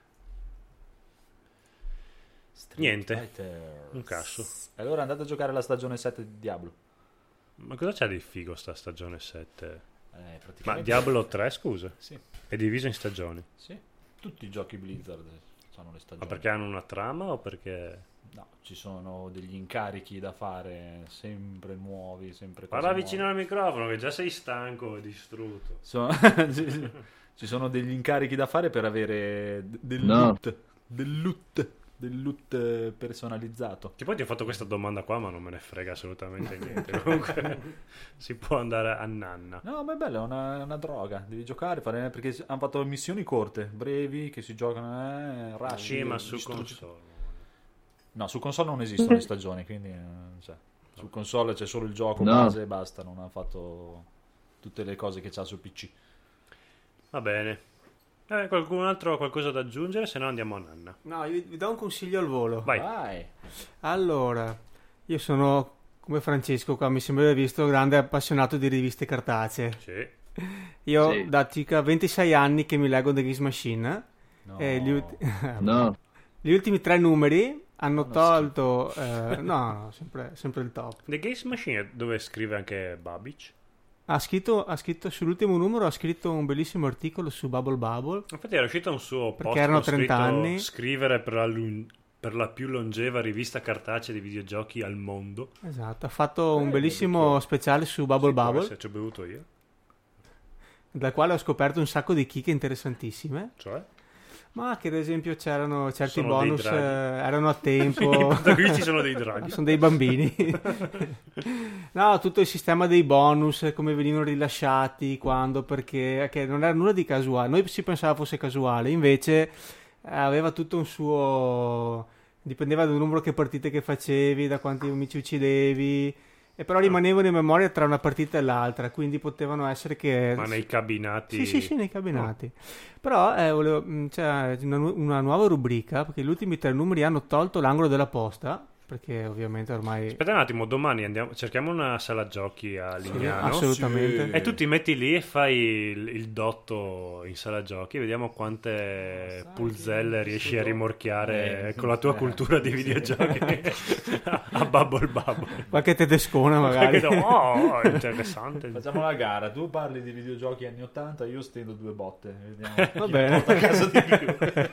Niente. Fighter. Un cazzo. Allora andate a giocare la stagione 7 di Diablo. Ma cosa c'è di figo sta stagione 7? Praticamente... Ma Diablo 3, scusa? Sì. È diviso in stagioni? Sì. Tutti i giochi Blizzard hanno le stagioni. Ma perché hanno una trama o perché... No, ci sono degli incarichi da fare sempre nuovi, sempre cose Parla nuove. vicino al microfono che già sei stanco e distrutto. Ci sono degli incarichi da fare per avere del loot personalizzato. Che poi ti ho fatto questa domanda qua, ma non me ne frega assolutamente niente. Comunque si può andare a nanna. No, ma è bello, è una droga. Devi giocare, perché hanno fatto missioni corte, brevi, che si giocano rush. Sì, ma su console. No, su console non esistono le stagioni, quindi su console c'è solo il gioco base e basta, non ha fatto tutte le cose che c'ha su PC. Va bene. Qualcun altro ha qualcosa da aggiungere? Se no andiamo a nanna. No, io vi do un consiglio al volo. Vai. Allora, io sono come Francesco qua, mi sembra di aver visto, grande appassionato di riviste cartacee. Sì. Io da circa 26 anni che mi leggo The Games Machine. No. Gli ultimi 3 numeri hanno tolto... no, sempre il top. The Games Machine dove scrive anche Babic? Ha scritto sull'ultimo numero, ha scritto un bellissimo articolo su Bubble Bubble. Infatti era uscito un suo post perché erano 30 anni. Scrivere per la più longeva rivista cartacea di videogiochi al mondo. Esatto, ha fatto un bellissimo speciale su Bubble Bubble. Ci ho bevuto io. Dal quale ho scoperto un sacco di chicche interessantissime. Cioè? Ma che ad esempio c'erano certi Sono bonus, erano a tempo. Qui ci sono dei draghi. Sono dei bambini. No, tutto il sistema dei bonus, come venivano rilasciati, quando, perché, che non era nulla di casuale. Noi si pensava fosse casuale, invece aveva tutto un suo... dipendeva dal numero che partite che facevi, da quanti amici uccidevi, E però rimanevano in memoria tra una partita e l'altra, quindi potevano essere che... Ma nei cabinati? Sì, nei cabinati. Però c'è una nuova rubrica, perché gli ultimi 3 numeri hanno tolto l'angolo della posta, perché ovviamente ormai... Aspetta un attimo, domani cerchiamo una sala giochi a Lignano. Assolutamente. Sì. E tu ti metti lì e fai il dotto in sala giochi, vediamo quante pulzelle riesci a rimorchiare con la tua cultura di videogiochi a Bubble Bubble. Qualche tedescona magari. Oh, interessante. Facciamo una gara, tu parli di videogiochi anni 80, io stendo 2 botte. Vediamo Va bene. a casa di più.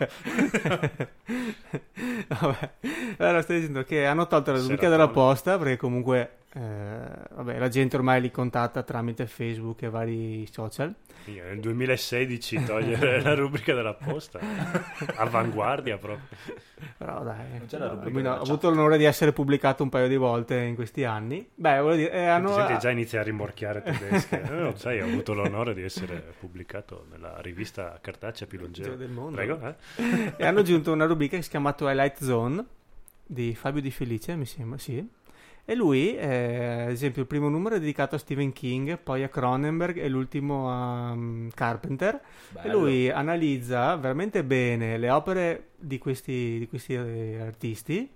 Vabbè. Allora stai dicendo che hanno tolto la rubrica della posta perché comunque la gente ormai li contatta tramite Facebook e vari social. Nel 2016 togliere la rubrica della posta, avanguardia proprio. Però dai, non c'è la rubrica ho avuto l'onore di essere pubblicato un paio di volte in questi anni. Beh, voglio dire, Senti, già inizia a rimorchiare tedesche. No, sai, ho avuto l'onore di essere pubblicato nella rivista cartacea più longeva del mondo. Prego, E hanno aggiunto una rubrica che si chiama Twilight Zone di Fabio Di Felice, mi sembra, sì. E lui, ad esempio, il primo numero è dedicato a Stephen King, poi a Cronenberg e l'ultimo a Carpenter. Bello. E lui analizza veramente bene le opere di questi artisti,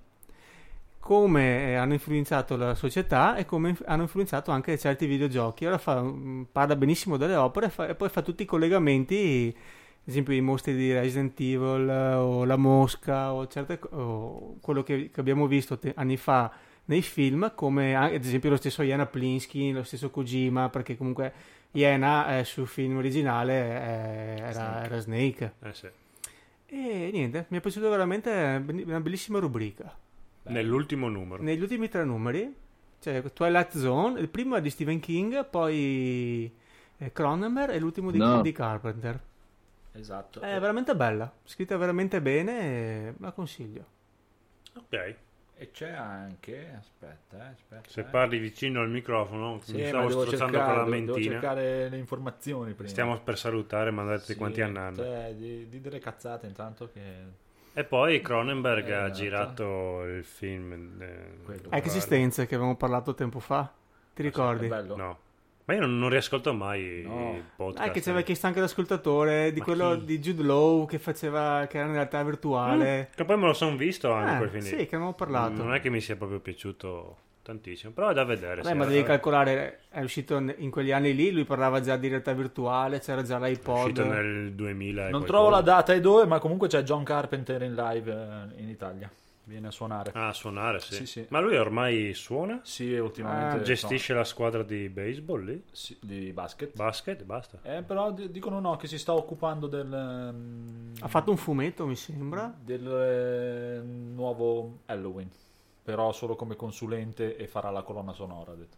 come hanno influenzato la società e come hanno influenzato anche certi videogiochi. Ora parla benissimo delle opere e poi fa tutti i collegamenti, ad esempio i mostri di Resident Evil o la mosca o quello che abbiamo visto anni fa nei film, come ad esempio lo stesso Jana Plinsky, lo stesso Kojima, perché comunque Jana sul film originale era Snake. Sì. E niente, mi è piaciuta veramente una bellissima rubrica. Nell'ultimo numero. Negli ultimi 3 numeri, cioè Twilight Zone, il primo è di Stephen King, poi Cronenberg e l'ultimo di Carpenter. Esatto. È veramente bella, scritta veramente bene e la consiglio. Ok. E c'è anche, aspetta. Se parli vicino al microfono, sì, mi stavo strozzando con la mentina. Devo cercare le informazioni prima. Stiamo per salutare, mandate quanti anni hanno. Di delle cazzate intanto che... E poi Cronenberg ha girato il film Existenze, che avevamo parlato tempo fa. Ti ricordi? Bello. No. Ma io non riascolto mai il podcast. Che c'era chiesto anche l'ascoltatore di quello di Jude Law che era in realtà virtuale. Che poi me lo sono visto anche quel film. Sì, che abbiamo parlato. Non è che mi sia proprio piaciuto tantissimo, però è da vedere. Ma devi calcolare, è uscito in quegli anni lì, lui parlava già di realtà virtuale, c'era già l'iPod. È uscito nel 2000. Non trovo la data e dove, ma comunque c'è John Carpenter in live in Italia. Viene a suonare. Ah, a suonare, sì. Sì. Ma lui ormai suona? Sì, ultimamente. Gestisce la squadra di baseball lì? Sì, di basket. Basket, basta. Però dicono no, che si sta occupando del... ha fatto un fumetto, mi sembra. Del nuovo Halloween. Però solo come consulente e farà la colonna sonora, ha detto.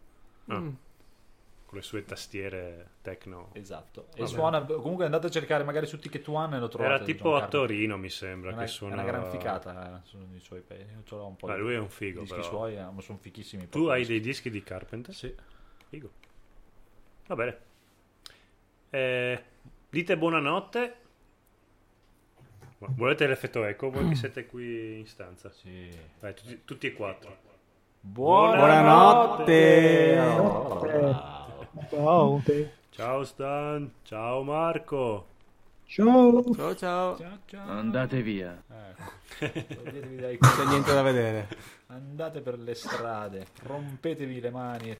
Con le sue tastiere techno. Esatto. E suona, comunque andate a cercare magari su Ticket One e lo trovate. Era tipo a Torino, mi sembra, che suona. È una gran ficata sono i suoi pezzi. Lui è un figo, dischi però. suoi sono fichissimi. Tu hai dei dischi di Carpenter? Sì. Figo. Va bene. Dite buonanotte. Volete l'effetto eco? Voi che siete qui in stanza? Sì. Vai, tutti e 4. Buonanotte. Ciao Stan. Ciao Marco. Ciao. Ciao. Andate via. Toglietevi dai non c'è niente da vedere. Andate per le strade, rompetevi le mani e